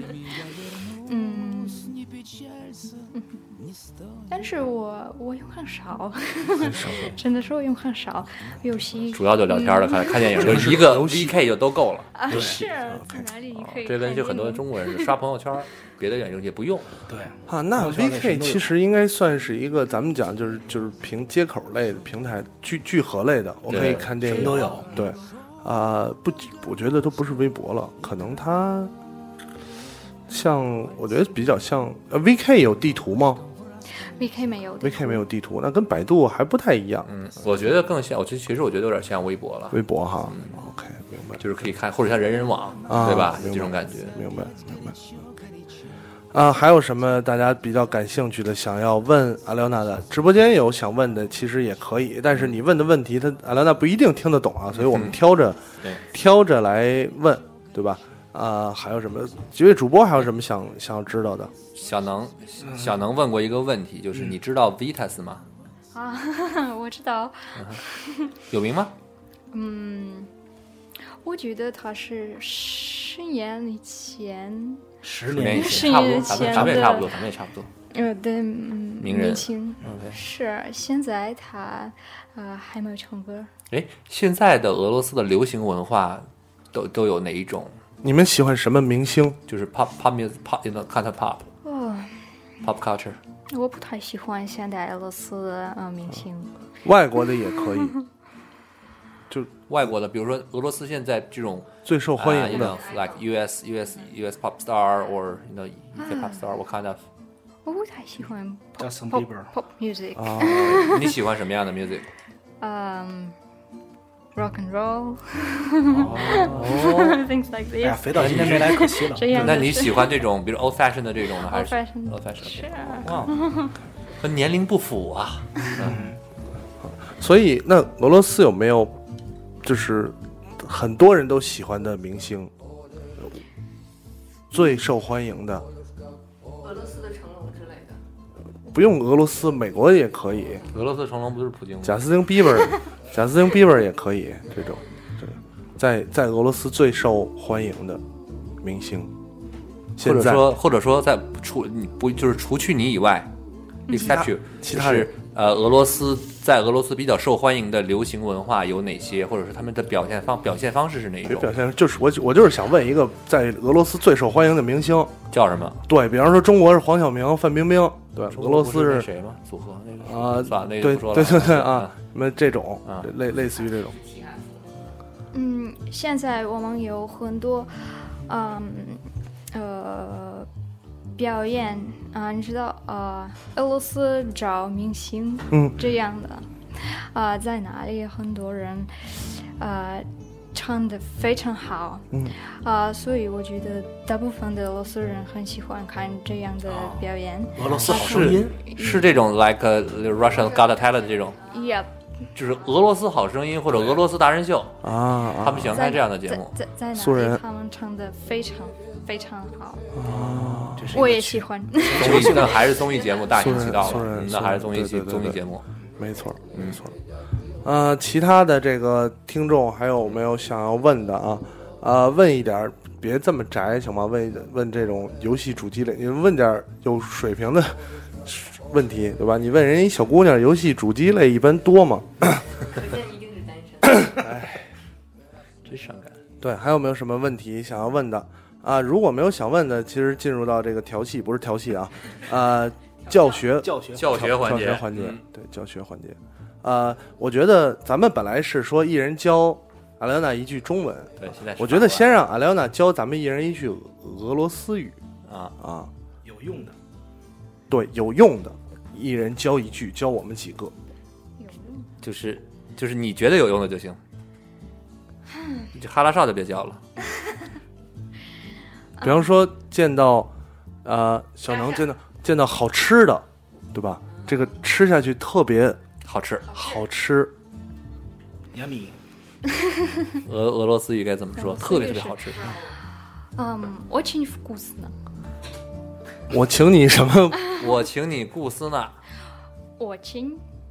但是我用很少，真的是我用很少。游戏主要就聊天了，看电影，就一个 VK 就都够了。 是在哪里你可以？ 这跟就很多中国人刷朋友圈，别的也不用。 对那 VK 其实应该算是一个咱们讲就是凭接口类的平台聚合类的，我可以看电影都有。 对我觉得都不是微博了，可能它像我觉得比较像VK 有地图吗 ？VK 没有地图，那跟百度还不太一样。 我觉得更像，其实我觉得有点像微博了。 微博哈，OK， 明白。 就是可以看，或者像人人网，对吧？这种感觉， 明白。还有什么大家比较感兴趣的，想要问阿廖娜的？直播间有想问的，其实也可以，但是你问的问题，阿廖娜不一定听得懂啊，所以我们挑着来问，对吧？还有什么？几位主播还有什么想要知道的？ 小能问过一个问题，就是你知道 Vitas 吗？ 我知道。 有名吗？ 我觉得他是10年以前 ，10年以前，咱们也差不多。 对， 明星是现在他还没有成歌。 哎，现在的俄罗斯的流行文化都有哪一种？ 你们喜欢什么明星？ 就是 pop music kind of pop culture。 我不太喜欢现代俄罗斯的明星。 外国的也可以。就外国的，比如说俄罗斯现在这种最受欢迎的 ，like US pop star or UK pop star， what kind of？ 我不太喜欢 Justin Bieber pop music。 你喜欢什么样的 music？ rock and roll， things like this。 哎呀，肥到今天没来，可惜了。 那你喜欢这种，比如 old fashion 的这种呢，还是 old fashion？ 是哇，和年龄不符啊。 所以，那俄罗斯有没有就是很多人都喜欢的明星，最受欢迎的？ 俄罗斯的成龙之类的。 不用俄罗斯，美国也可以。 俄罗斯成龙不是普京吗？ 贾斯汀比伯也可以，这种在俄罗斯最受欢迎的明星。 或者说在除去你以外， except you， 其他人就是俄罗斯在俄罗斯比较受欢迎的流行文化有哪些，或者是他们的表现方式是哪一种？ 表现就是我就是想问一个在俄罗斯最受欢迎的明星叫什么？ 对，比方说中国是黄晓明、范冰冰，对，俄罗斯是谁吗？组合那个算了，那个不说了。 对啊，什么这种类似于这种。 现在我们有很多表演你知道俄罗斯找明星这样的在哪里很多人唱得非常好所以我觉得大部分的俄罗斯人很喜欢看这样的表演。 俄罗斯好声音是这种 like Russian Got Talent 这种 Yep， 就是俄罗斯好声音或者俄罗斯达人秀他们喜欢看这样的节目。 在哪里他们唱得非常非常好我也喜欢。 综艺那还是综艺节目，大行其道了，那还是综艺节目， 没错。其他的这个听众还有没有想要问的问一点，别这么宅行吗？问这种游戏主机类，你问点有水平的问题，对吧？你问人一小姑娘，游戏主机类一般多吗？ 一定是单身。 哎，真伤感。 对，还有没有什么问题想要问的如果没有想问的，其实进入到这个调戏，不是调戏教学环节， 对，教学环节。我觉得咱们本来是说一人教阿廖娜一句中文， 对，现在我觉得先让阿廖娜教咱们一人一句俄罗斯语有用的， 对，有用的，一人教一句，教我们几个， 就是你觉得有用的就行，就哈拉少就别教了。 比方说见到小能见到好吃的，对吧？这个吃下去特别好吃。 Yummy。 俄罗斯语该怎么说？特别好吃。 очень вкусно。 我请你什么？ 我请你顾斯纳。 очень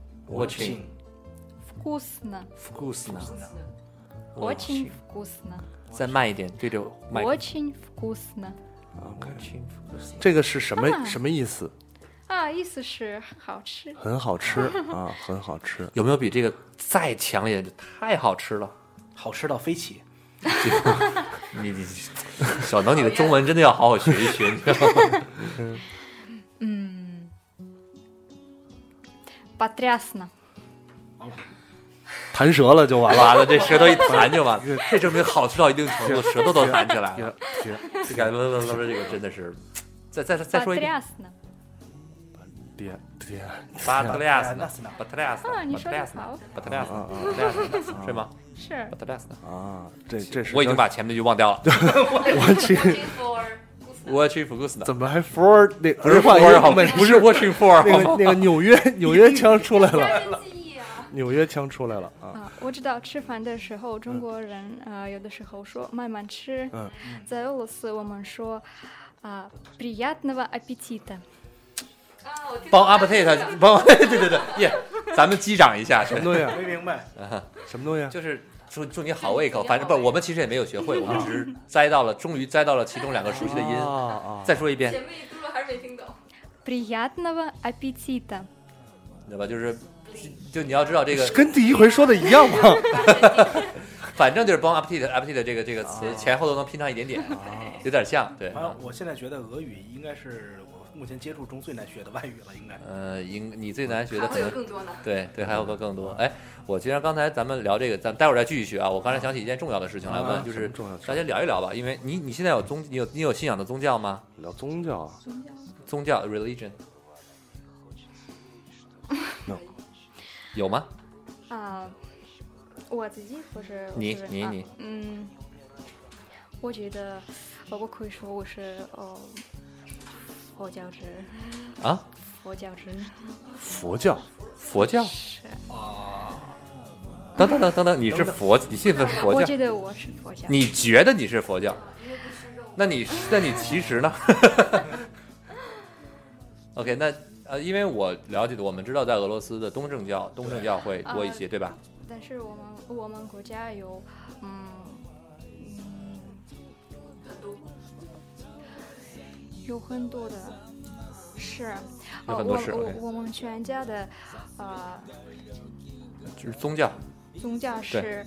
вкусно。очень вкусно。 再慢一点，对着麦克。 очень вкусно。 这个是什么意思？ 意思是好吃， 很好吃很好吃。 有没有比这个再强烈的？太好吃了， 好吃到飞起。 你小能，你的中文真的要好好学一学，你知道吗 ？потрясно。 弹舌了就完了， 这舌头一弹就完了，这证明好吃到一定程度，舌头都弹起来了。这个这个真的是，再说一遍。巴特列斯， 你说的好， 是吗？ 是。 这是我已经把前面那句忘掉了。Watching for 怎么还 for 那儿化音好？不是 watching for 那个纽约腔出来了。纽约腔出来了我知道吃饭的时候中国人有的时候说慢慢吃在俄罗斯我们说приятного аппетита。 帮 appetite， 帮对，耶，咱们击掌一下， 什么东西？ 没明白什么东西？ 就是祝你好胃口，反正不，我们其实也没有学会，我们只是终于摘到了其中两个熟悉的音。再说一遍。 前面一嘟噜还是没听懂。 приятного аппетита。 对吧？就你要知道这个跟第一回说的一样吗？ 反正就是帮 appetite 这个词前后都能拼上一点点，有点像。对。 我现在觉得俄语应该是我目前接触中最难学的外语了，应该。 你最难学的可能还会有更多呢。 对，还有更多。哎，我既然刚才咱们聊这个，咱们待会儿再继续学啊。我刚才想起一件重要的事情来问，就是大家聊一聊吧，因为你现在你有信仰的宗教吗？ 聊宗教宗教 religion。No。有吗？ 我自己不是你我觉得我可以说我是佛教之佛教是等，你是你信的是佛教？ 我觉得我是佛教。 你觉得你是佛教？那你其实呢？OK， 那因为我了解的，我们知道在俄罗斯的东正教会多一些，对吧？ 但是我们国家有有很多的是， 有很多是。 我们全家的， 就是宗教是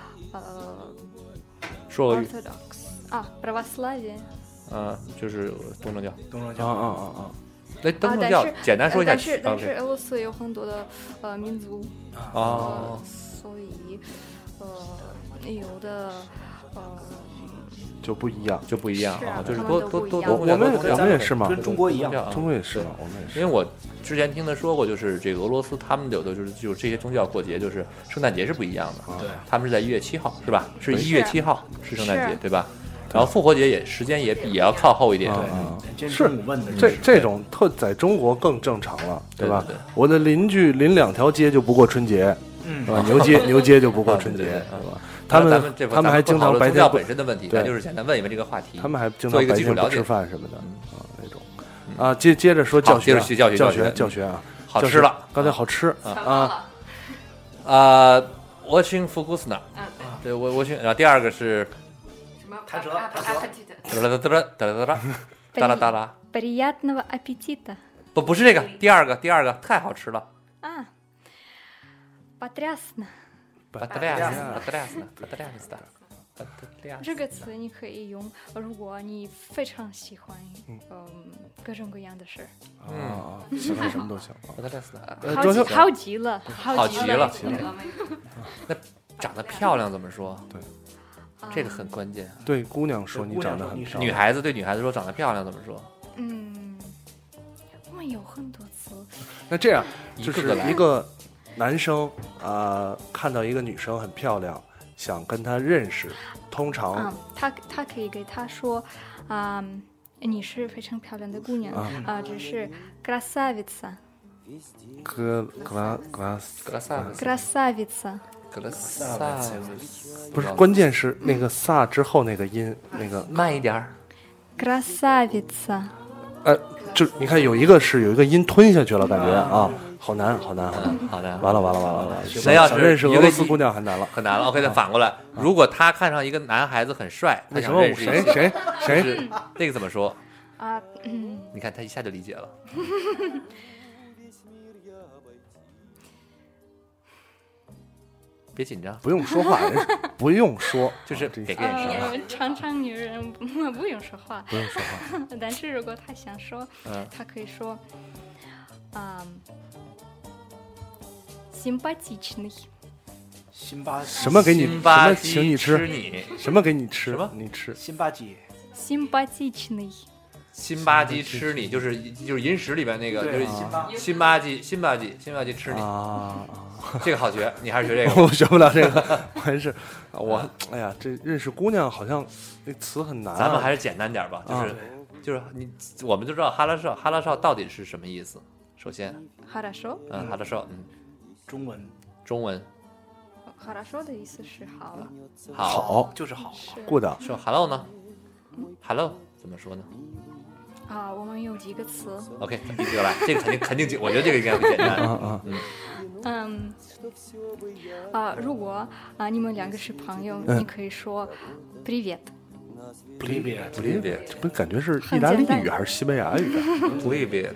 说俄语 Orthodox православие。 就是东正教。那东正教简单说一下。 但是俄罗斯有很多的民族所以有的就不一样啊，就是多我们也是嘛， 跟中国一样， 中国也是嘛，我们也是。 因为我之前听他说过，就是这个俄罗斯他们有的就是这些宗教过节，就是圣诞节是不一样的， 对， 他们是在1月7号是吧？是1月7号是圣诞节对吧？然后复活节也时间也要靠后一点。 是这种在中国更正常了，对吧？我的邻居邻2条街就不过春节，牛街就不过春节，是吧？他们还经常白天本身的问题，咱就是简单问一问这个话题。 他们还经常白天不吃饭什么的那种。接着说教学啊， 好吃了， 刚才好吃 очень вкусно。对，我然后第二个是什么？塔哲。哒啦哒啦。 Приятного аппетита。 不是这个，第二个太好吃了。 Потрясно。这个词你可以用，如果你非常喜欢各种各样的事。 喜欢什么都行。 好极了。 那长得漂亮怎么说？ 对， 这个很关键。 对姑娘说你长得很漂亮， 女孩子对女孩子说长得漂亮怎么说？ 我们有很多词。 那这样就是一个男生看到一个女生很漂亮，想跟她认识，通常他可以给她说你是非常漂亮的姑娘这是 красавица。красавица。 不是，关键是那个萨之后那个音，那个慢一点。 красавица。 就你看有一个音吞下去了，感觉好难。 好的， 完了。 那要是认识俄罗斯姑娘很难了。 OK， 那反过来，如果他看上一个男孩子很帅，他想认识谁？那个怎么说？你看他一下就理解了。别紧张， 不用说话，不用说， 就是给个眼神。 常常女人不用说话，但是如果她想说，她可以说симпатичный。 什么给你？什么请你吃？什么给你吃？ 什么？ 你吃？ 辛巴鸡。 симпатичный。 辛巴鸡吃你，就是银石里边那个，就是辛巴鸡吃你这个好学，你还是学这个？ 我学不了这个，还是哎呀，这认识姑娘好像那词很难。 咱们还是简单点吧，就是我们就知道哈拉少到底是什么意思。首先， 哈拉少， 哈拉少， 中文， 哈拉少的意思是好， 就是好 ，good。 说 hello 呢 ？hello 怎么说呢？ 我们有几个词。 OK， 第一个来，这个肯定，我觉得这个应该不简单。如果你们2个是朋友，你可以说 привет。 这不感觉是意大利语还是西班牙语 ？Привет。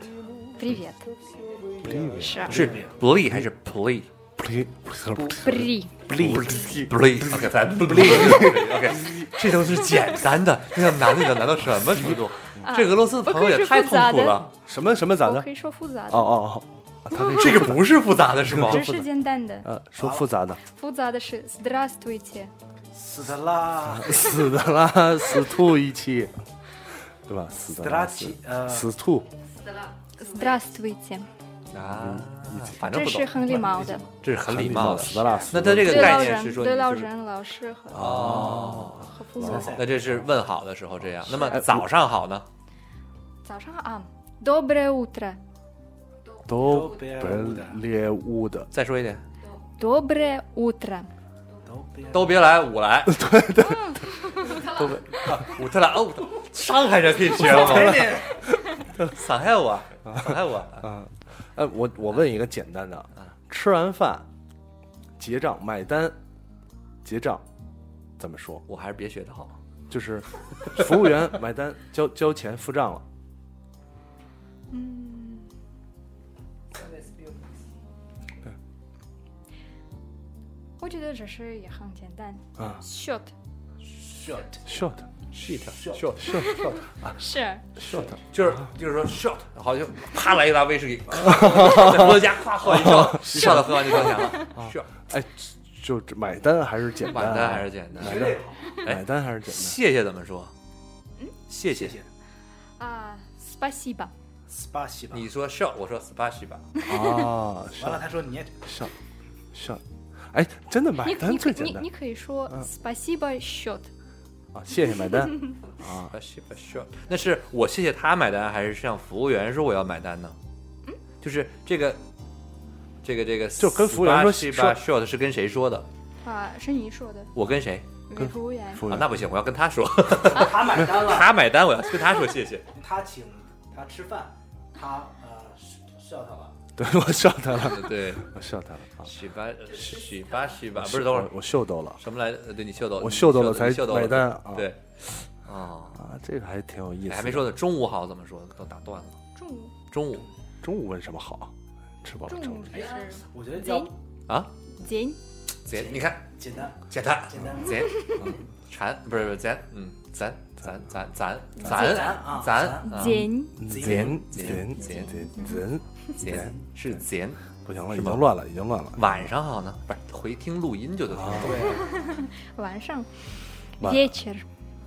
是 plea 还是 plea？ OK， 这都是简单的，那难到什么程度？这俄罗斯的朋友也太痛苦了。 什么咋的？ 我可以说复杂的。 这个不是复杂的是吗？ 这是简单的。 说复杂的。 复杂的是 здравствуйте。 死的啦， 死兔一起，对吧？死兔。 здравствуйте。 反正不懂。 这是很礼貌的。 这是很礼貌的。 那它这个概念是说对老人、老师和父母。 那这是问好的时候这样。那么早上好呢？ 早上好，Доброе утро。 Доброе утро。 再说一遍。 Доброе утро。 都别来，我来。对。我来上海人可以学吗？伤害我。 我问一个简单的，吃完饭结账买单，结账怎么说？ 我还是别学的好。 就是服务员买单交钱付账了。 觉得这是也很简单。shot 啊， 是 shot 就是说 shot， 好像啪来一大威士忌，在喝家夸喝一笑，喝完就装钱了。shot， 哎，就买单还是简单？ 买单还是简单？ 买单还是简单？ 谢谢怎么说？谢谢啊 ，spasiba。 你说 shot， 我说 spasiba。 啊， 完了他说你也 shot，哎，真的买单最简单。 你可以说 spasiba shot。 啊，谢谢买单啊 spasiba shot。那是我谢谢他买单，还是像服务员说我要买单呢？就是这个， 就跟服务员说 shot 是跟谁说的？ 啊，是你说的。 我跟谁？ 跟服务员。 啊，那不行，我要跟他说。 他买单了， 他买单，我要跟他说谢谢。 他请他吃饭，他笑他了。 对，我笑他了， 对， 我笑他了啊！ 洗吧，不是，等会儿我秀逗了， 什么来？对你秀逗， 我秀逗了才买单啊！ 对，啊， 这个还挺有意思。 还没说呢，中午好怎么说？都打断了。 中午问什么好？吃饱了撑着。 我觉得要啊， 简， 你看，简单，馋不是咱，咱是简， 不行了，已经乱了。 晚上好呢，不是回听录音就得听。 对，晚上 вечер，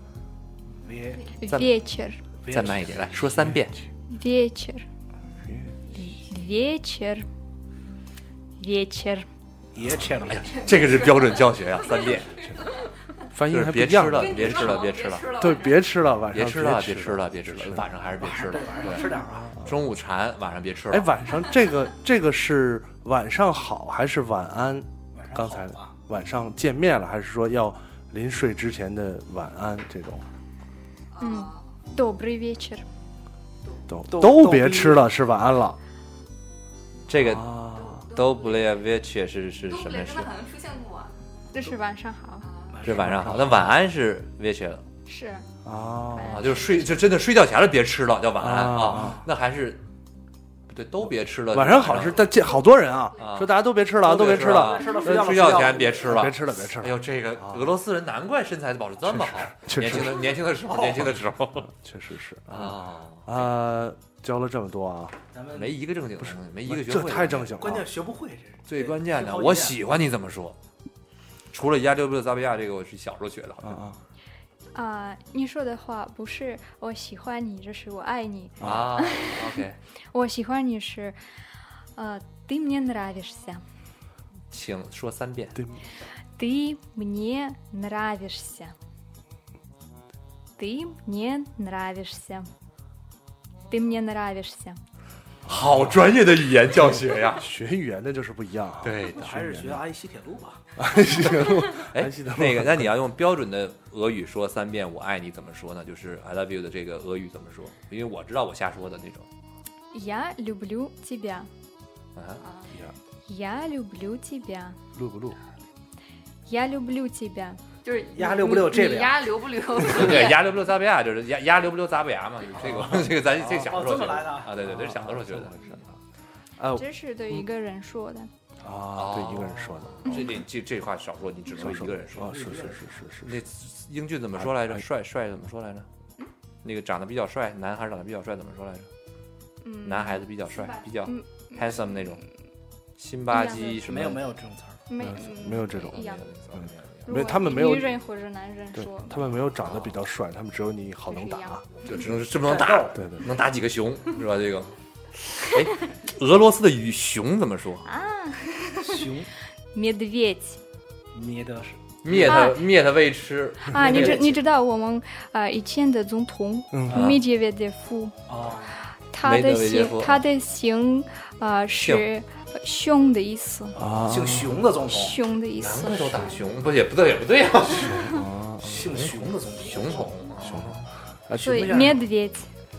再慢一点，来说3遍。 вечер， 哎呀，这个是标准教学呀，3遍。 翻译还别吃了，别吃了。 对，别吃了，晚上别吃了，晚上还是别吃了。 对，吃点吧。 中午馋，晚上别吃了。 哎，晚上这个是晚上好还是晚安？刚才晚上见面了，还是说要临睡之前的晚安这种？ добрый вечер。 都别吃了，是晚安了。 这个добрый вечер是什么事？ 好像出现过。 这是晚上好。 是晚上好，那晚安是вечер了。 是就是就真的睡觉前了别吃了，叫晚安啊。那还是不对，都别吃了。 晚上好是好多人啊，说大家都别吃了，都别吃了， 睡觉前别吃了， 别吃了。 哎呦，这个俄罗斯人难怪身材保持这么好，年轻的时候， 确实是啊。教了这么多啊， 没一个正经的，没一个学会， 这太正经了， 关键学不会，这是最关键的。我喜欢你怎么说？除了亚六布勒扎比亚这个，我是小时候学的。 你说的话不是我喜欢你，这是我爱你啊。OK， 我喜欢你是ты мне нравишься。 请说3遍。 ты мне нравишься。ты мне нравишься。ты мне нравишься。 好专业的语言教学呀！ 学语言的就是不一样。 对， 还是学阿依西铁路吧。 阿依西铁路， 哎，那个，那你要用标准的俄语说3遍“我爱你”怎么说呢？就是 I love you 的这个俄语怎么说？因为我知道我瞎说的那种。 Я люблю тебя。Я люблю тебя。 录不录 Я люблю тебя。 就是压溜不溜这边， 压溜不溜？ 对，压溜不溜扎比亚就是压溜不溜扎不牙嘛，这个咱这小时候这么来的啊， 对，这是小的时候学的。 这是对一个人说的啊，对一个人说的。 这话少说，你只能一个人说。 是。 那英俊怎么说来着？帅怎么说来着？那个长得比较帅，男孩长得比较帅怎么说来着？男孩子比较帅，比较 handsome 那种，辛巴基什么？ 没有这种词儿， 没有这种。 他们没有女人或者男人说， 他们没有长得比较帅，他们只有你好能打， 就只能这么能打， 对， 能打几个熊是吧？这个，哎，俄罗斯的语熊怎么说啊？ 熊 ，медведь， 灭他喂吃啊！你知道我们以前的总统梅迪韦杰夫他的姓是熊的意思啊，姓熊的总统， 熊的意思， 难怪都打熊，不对啊， 姓熊的总统， 熊统， 所以 медведь。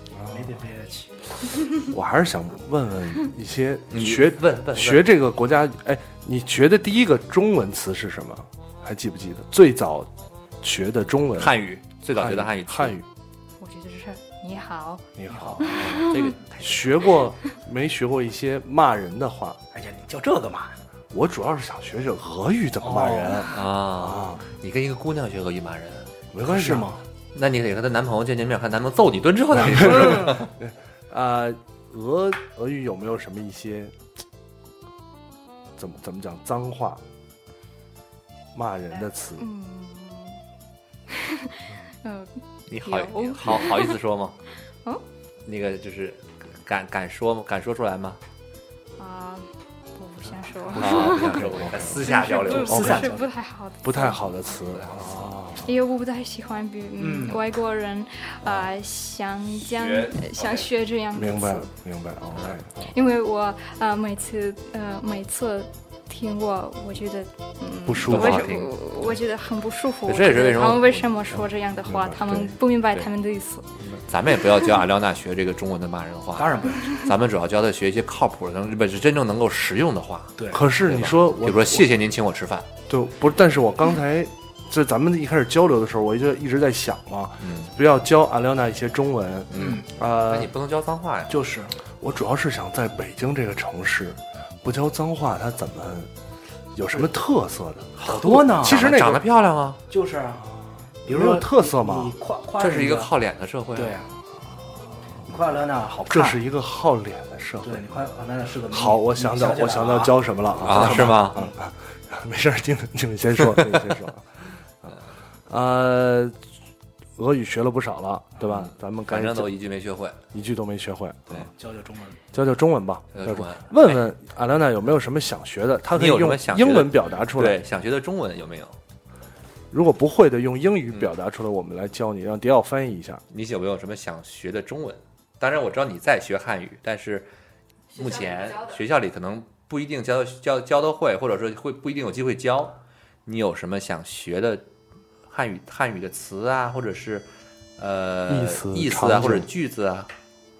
我还是想问一些问学这个国家，哎，你学的第一个中文词是什么？还记不记得最早学的中文？ 汉语，最早学的汉语。 我觉得是你好， 这个学过没学过一些骂人的话？ 哎呀，你叫这个嘛？ 我主要是想学学俄语怎么骂人你跟一个姑娘学俄语骂人， 没关系吗？ 那你得跟她男朋友见面，看男朋友揍你一顿之后再跟你说。 俄语有没有什么一些怎么讲脏话骂人的词？ 你好意思说吗？那个就是敢说吗？敢说出来吗？ 我不想说。 不想说，私下交流， 是不太好的， 不太好的词因为我不太喜欢外国人想学这样的词。 明白因为我每次听过，我觉得不舒服， 我觉得很不舒服。 这也是为什么他们为什么说这样的话？他们不明白他们的意思。 咱们也不要教阿廖娜学这个中文的骂人话， 当然不要。 咱们主要教她学一些靠谱的，真正能够实用的话。 对。 可是你说， 比如说谢谢您请我吃饭， 对，不是。但是我刚才在咱们一开始交流的时候，我就一直在想嘛，不要教阿廖娜一些中文， 那你不能教脏话呀。 就是我主要是想在北京这个城市，不教脏话，它怎么有什么特色的？ 好多呢。 其实长得漂亮啊， 就是啊。比如说有特色嘛， 这是一个靠脸的社会。 对啊，你夸阿廖娜好看， 这是一个好脸的社会。 对，你夸阿廖娜是个好，我想到教什么了是吗？ 没事，听你先说，俄语学了不少了，对吧？咱们反正都一句没学会， 对， 教中文， 教中文吧。问问阿廖娜有没有什么想学的？她可以用英文表达出来。 对，想学的中文有没有？ 如果不会的，用英语表达出来，我们来教你，让迪奥翻译一下。 你有没有什么想学的中文？当然我知道你在学汉语，但是目前学校里可能不一定教得会，或者说不一定有机会教。你有什么想学的汉语的词啊，或者是意思啊，或者句子啊？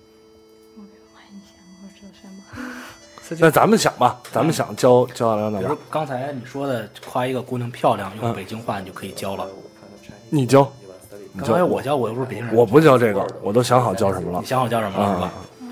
那咱们想吧，咱们想教阿廖娜吧。 比如刚才你说的夸一个姑娘漂亮，用北京话你就可以教了。 你教？ 刚才我教，我又不是北京人。 我不教这个，我都想好教什么了。 你想好教什么了是吧？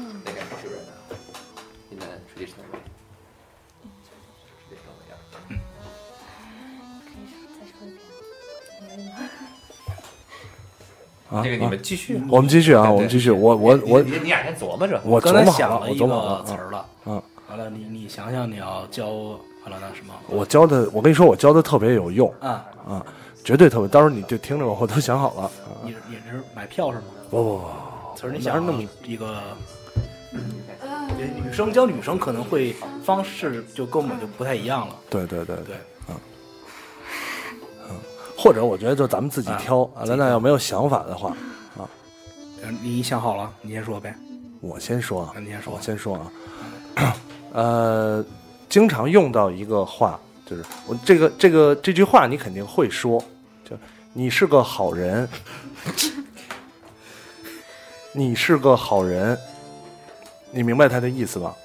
这个你们继续， 我们继续啊，我们继续。 你俩先琢磨着。 我刚才想了一个词儿了，完了，你想想你要教阿廖娜什么？ 我跟你说，我教的特别有用绝对特别。到时候你就听着我都想好了。 你是买票是吗？ 不， 词儿你想那么一个，女生教女生可能会方式就根本就不太一样了。 对，或者我觉得就咱们自己挑。阿廖娜要没有想法的话你想好了，你先说呗。 我先说啊， 你先说。 我先说啊。经常用到一个话，就是我这句话你肯定会说，就你是个好人，你是个好人，你明白他的意思吧？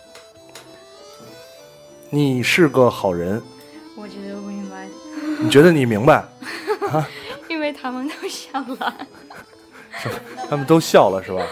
你是个好人。 我觉得我明白。 你觉得你明白？ 因为他们都笑了。 他们都笑了是吧？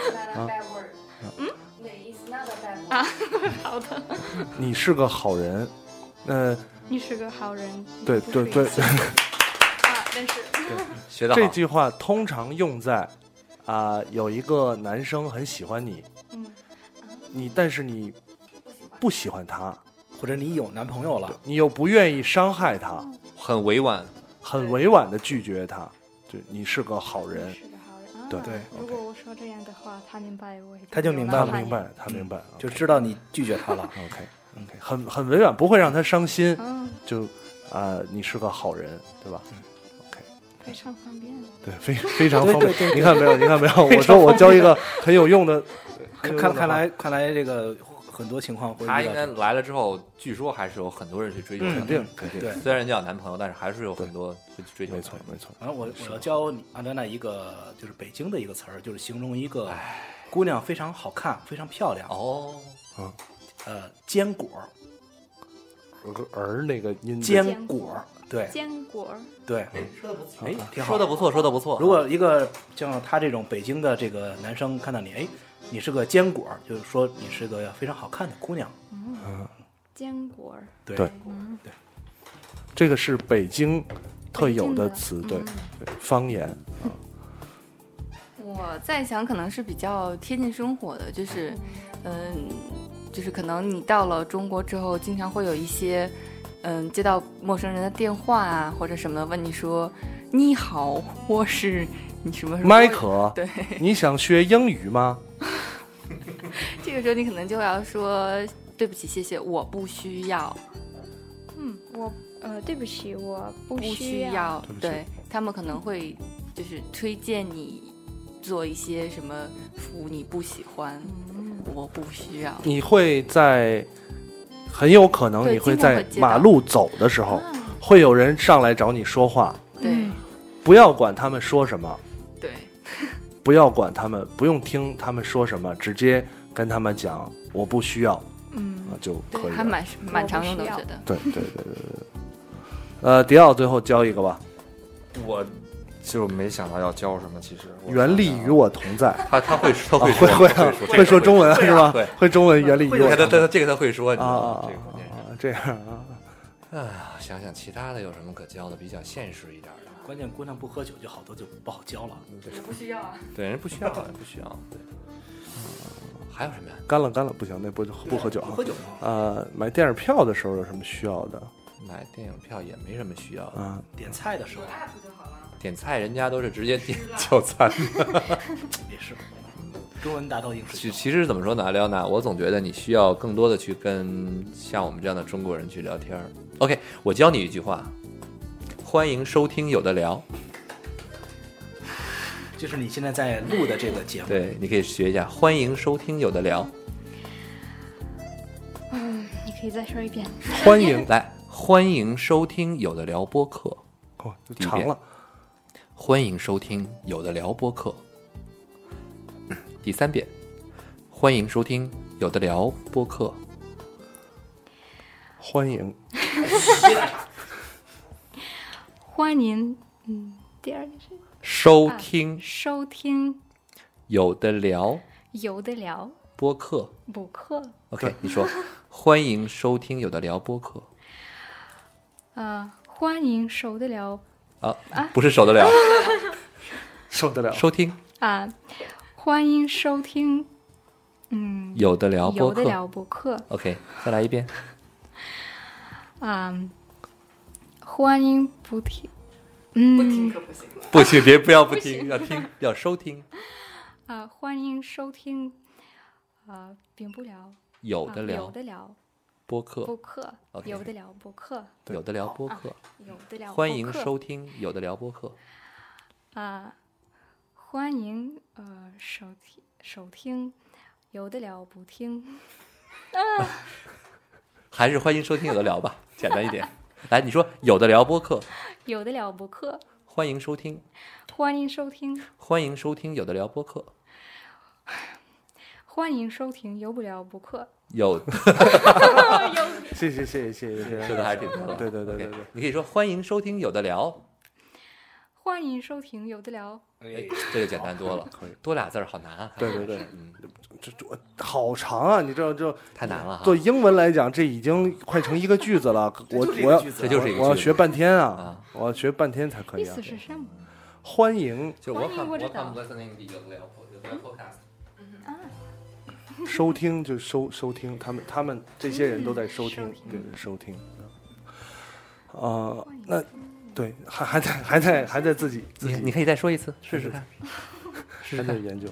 好的。 你是个好人， 你是个好人。 对。 但是学得好。 这句话通常用在有一个男生很喜欢你，但是你不喜欢他， 或者你有男朋友了， 你又不愿意伤害他， 很委婉的拒绝他，就你是个好人。对。 如果我说这样的话，他明白我。 他就明白了， 他明白， 就知道你拒绝他了。 OK， 很委婉，不会让他伤心。就你是个好人，对吧？OK， 非常方便。 对，非常方便。你看没有？我说我教一个很有用的。 看来这个很多情况会。 他应该来了之后，据说还是有很多人去追求。 肯定。 对， 虽然人家有男朋友，但是还是有很多会去追求。 没错。 然后我要教阿廖娜一个就是北京的一个词儿，就是形容一个姑娘非常好看、非常漂亮。坚果。 有个儿那个音。 坚果。对。 坚果。 对。挺好。 说的不错。 如果一个像他这种北京的这个男生看到你，你是个坚果，就是说你是个非常好看的姑娘。 坚果。 对对，这个是北京特有的词，对，方言啊。 我在想，可能是比较贴近生活的，就是，就是可能你到了中国之后，经常会有一些，接到陌生人的电话啊，或者什么的，问你说你好，或是你什么什么。 麦克， 对， 你想学英语吗？ 这个时候你可能就要说对不起，谢谢，我不需要。 对不起，我不需要。对，他们可能会就是推荐你做一些什么服务，你不喜欢，我不需要。 你会在很有可能你会在马路走的时候，会有人上来找你说话。 对， 不要管他们说什么。 对， 不要管他们，不用听他们说什么，直接跟他们讲我不需要，就可以了。 还蛮常用的，我觉得。 对。迪奥最后教一个吧。 我就没想到要教什么，其实原力与我同在。 他会说中文是吧？ 对， 会中文，原力与我同在。 这个他会说这样啊。 哎呀，想想其他的有什么可教的，比较现实一点的。 关键姑娘不喝酒，就好多就不好教了。 也不需要啊。 对，人不需要，不需要。对。还有什么呀？ 干了，不行，那不喝酒。 不喝酒。 买电影票的时候有什么需要的？ 买电影票也没什么需要啊。 点菜的时候。 点菜人家都是直接点就餐的。 也是。中文达到应试。 其实怎么说呢，廖娜，我总觉得你需要更多的去跟像我们这样的中国人去聊天。OK， 我教你一句话。欢迎收听有的聊， 就是你现在在录的这个节目。 对，你可以学一下。欢迎收听有的聊。 你可以再说一遍。 欢迎收听有的聊播客。 长了。 欢迎收听有的聊播客。第3遍。欢迎收听有的聊播客。 欢迎。 欢迎，第2个是收听有的聊播客。OK， 你说欢迎收听有的聊播客。 欢迎收得了不是守得了， 受得了。 收听欢迎收听， 有的聊播客。 OK， 再来一遍。 欢迎不听， 不听可不行。 不行，不要不听，要听，要收听。 欢迎收听，并不聊有的聊播客， 有的聊播客， 有的聊播客，欢迎收听有的聊播客。 欢迎收听有的聊不听。 还是欢迎收听有的聊吧，简单一点。来，你说有的聊播客， 有的聊播客， 欢迎收听， 欢迎收听， 欢迎收听有的聊播客， 欢迎收听有不聊播客。 有， 谢谢， 说的还挺多。 对， 你可以说欢迎收听有的聊， 欢迎收听有的聊。 这个简单多了，多俩字儿好难啊。 对，这好长啊！你这太难了哈。 做英文来讲，这已经快成一个句子了。 这就是一个句子， 我要学半天啊！我要学半天才可以。 意思是什么？ 欢迎， 就我知道。 收听就收听，他们这些人都在收听，对，收听。那对，还在自己， 你可以再说一次，试试看， 还在研究。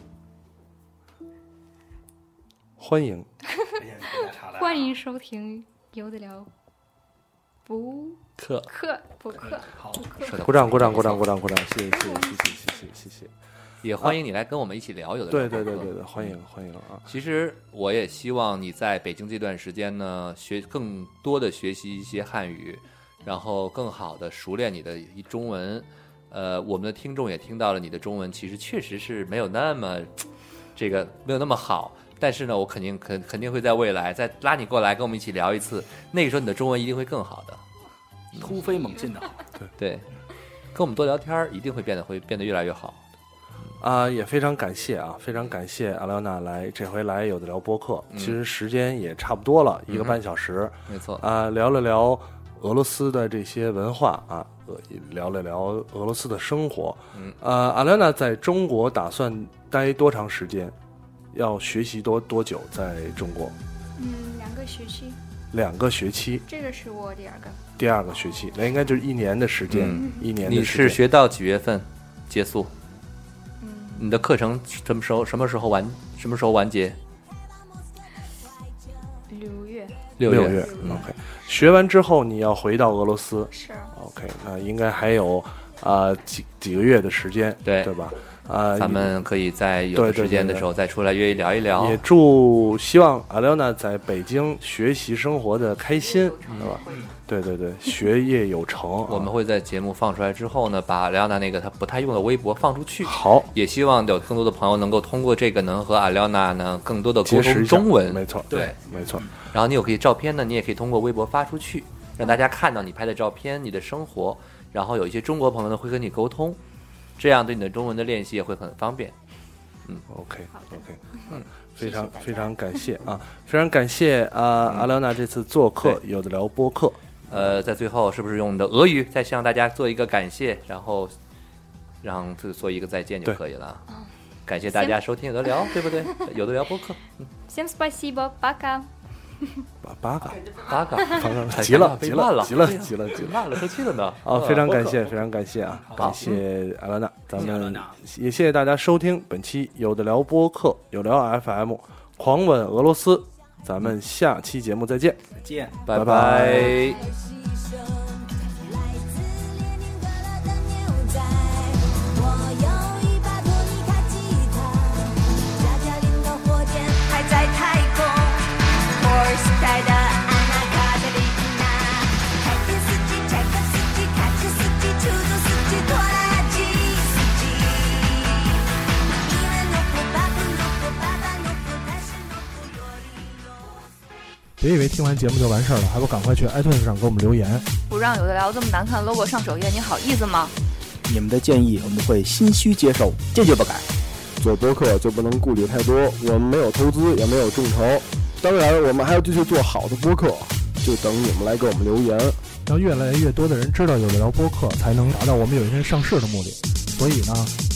欢迎收听有的聊播客。 好， 鼓掌，谢谢。 也欢迎你来跟我们一起聊有的聊。对，欢迎啊！ 其实我也希望你在北京这段时间呢，更多的学习一些汉语，然后更好的熟练你的中文。我们的听众也听到了你的中文，其实确实是没有那么好。但是呢，我肯定会在未来再拉你过来跟我们一起聊一次，那个时候你的中文一定会更好的， 突飞猛进的好。 对，跟我们多聊天一定会变得越来越好。 也非常感谢非常感谢阿廖娜这回来有的聊播客，其实时间也差不多了，1个半小时， 没错聊了聊俄罗斯的这些文化聊了聊俄罗斯的生活。阿廖娜在中国打算待多长时间？要学习多久在中国 ？2个学期。 2个学期。 这个是我第 2个学期，那应该就是1年的时间。1年的时间。 你是学到几月份结束？你的课程什么时候完结？6月。 OK， 学完之后你要回到俄罗斯。 是。 OK， 那应该还有几个月的时间，对吧？ 咱们可以在有时间的时候再出来约聊一聊。 也希望阿廖娜在北京学习生活的开心，是吧？对，学业有成。 我们会在节目放出来之后呢，把阿廖娜那个她不太用的微博放出去。 好， 也希望有更多的朋友能够通过这个能和阿廖娜呢更多的沟通中文。 没错， 对， 没错。 然后你可以照片呢，你也可以通过微博发出去，让大家看到你拍的照片，你的生活。然后有一些中国朋友呢会跟你沟通。这样对你的中文的练习也会很方便。 OK， 非常感谢非常感谢阿廖娜这次做客有的聊播客。 在最后是不是用你的俄语再向大家做一个感谢，然后让做一个再见就可以了。感谢大家收听有的聊，对不对？有的聊播客。 Всем спасибо, пока。 八嘎， 急了， 慢了， 生气了呢。 非常感谢感谢阿廖娜，咱们也谢谢大家收听本期有的聊播客，有聊 FM 狂吻俄罗斯，咱们下期节目再见，拜拜。 别以为听完节目就完事儿了，还不赶快去 iTunes 上给我们留言。 不让有的聊这么难看 logo 上首页，你好意思吗？ 你们的建议我们会心虚接受，坚决不改。 做播客就不能顾虑太多，我们没有投资，也没有众筹，当然我们还要继续做好的播客，就等你们来给我们留言， 让越来越多的人知道有的聊播客，才能达到我们有一天上市的目的。所以呢，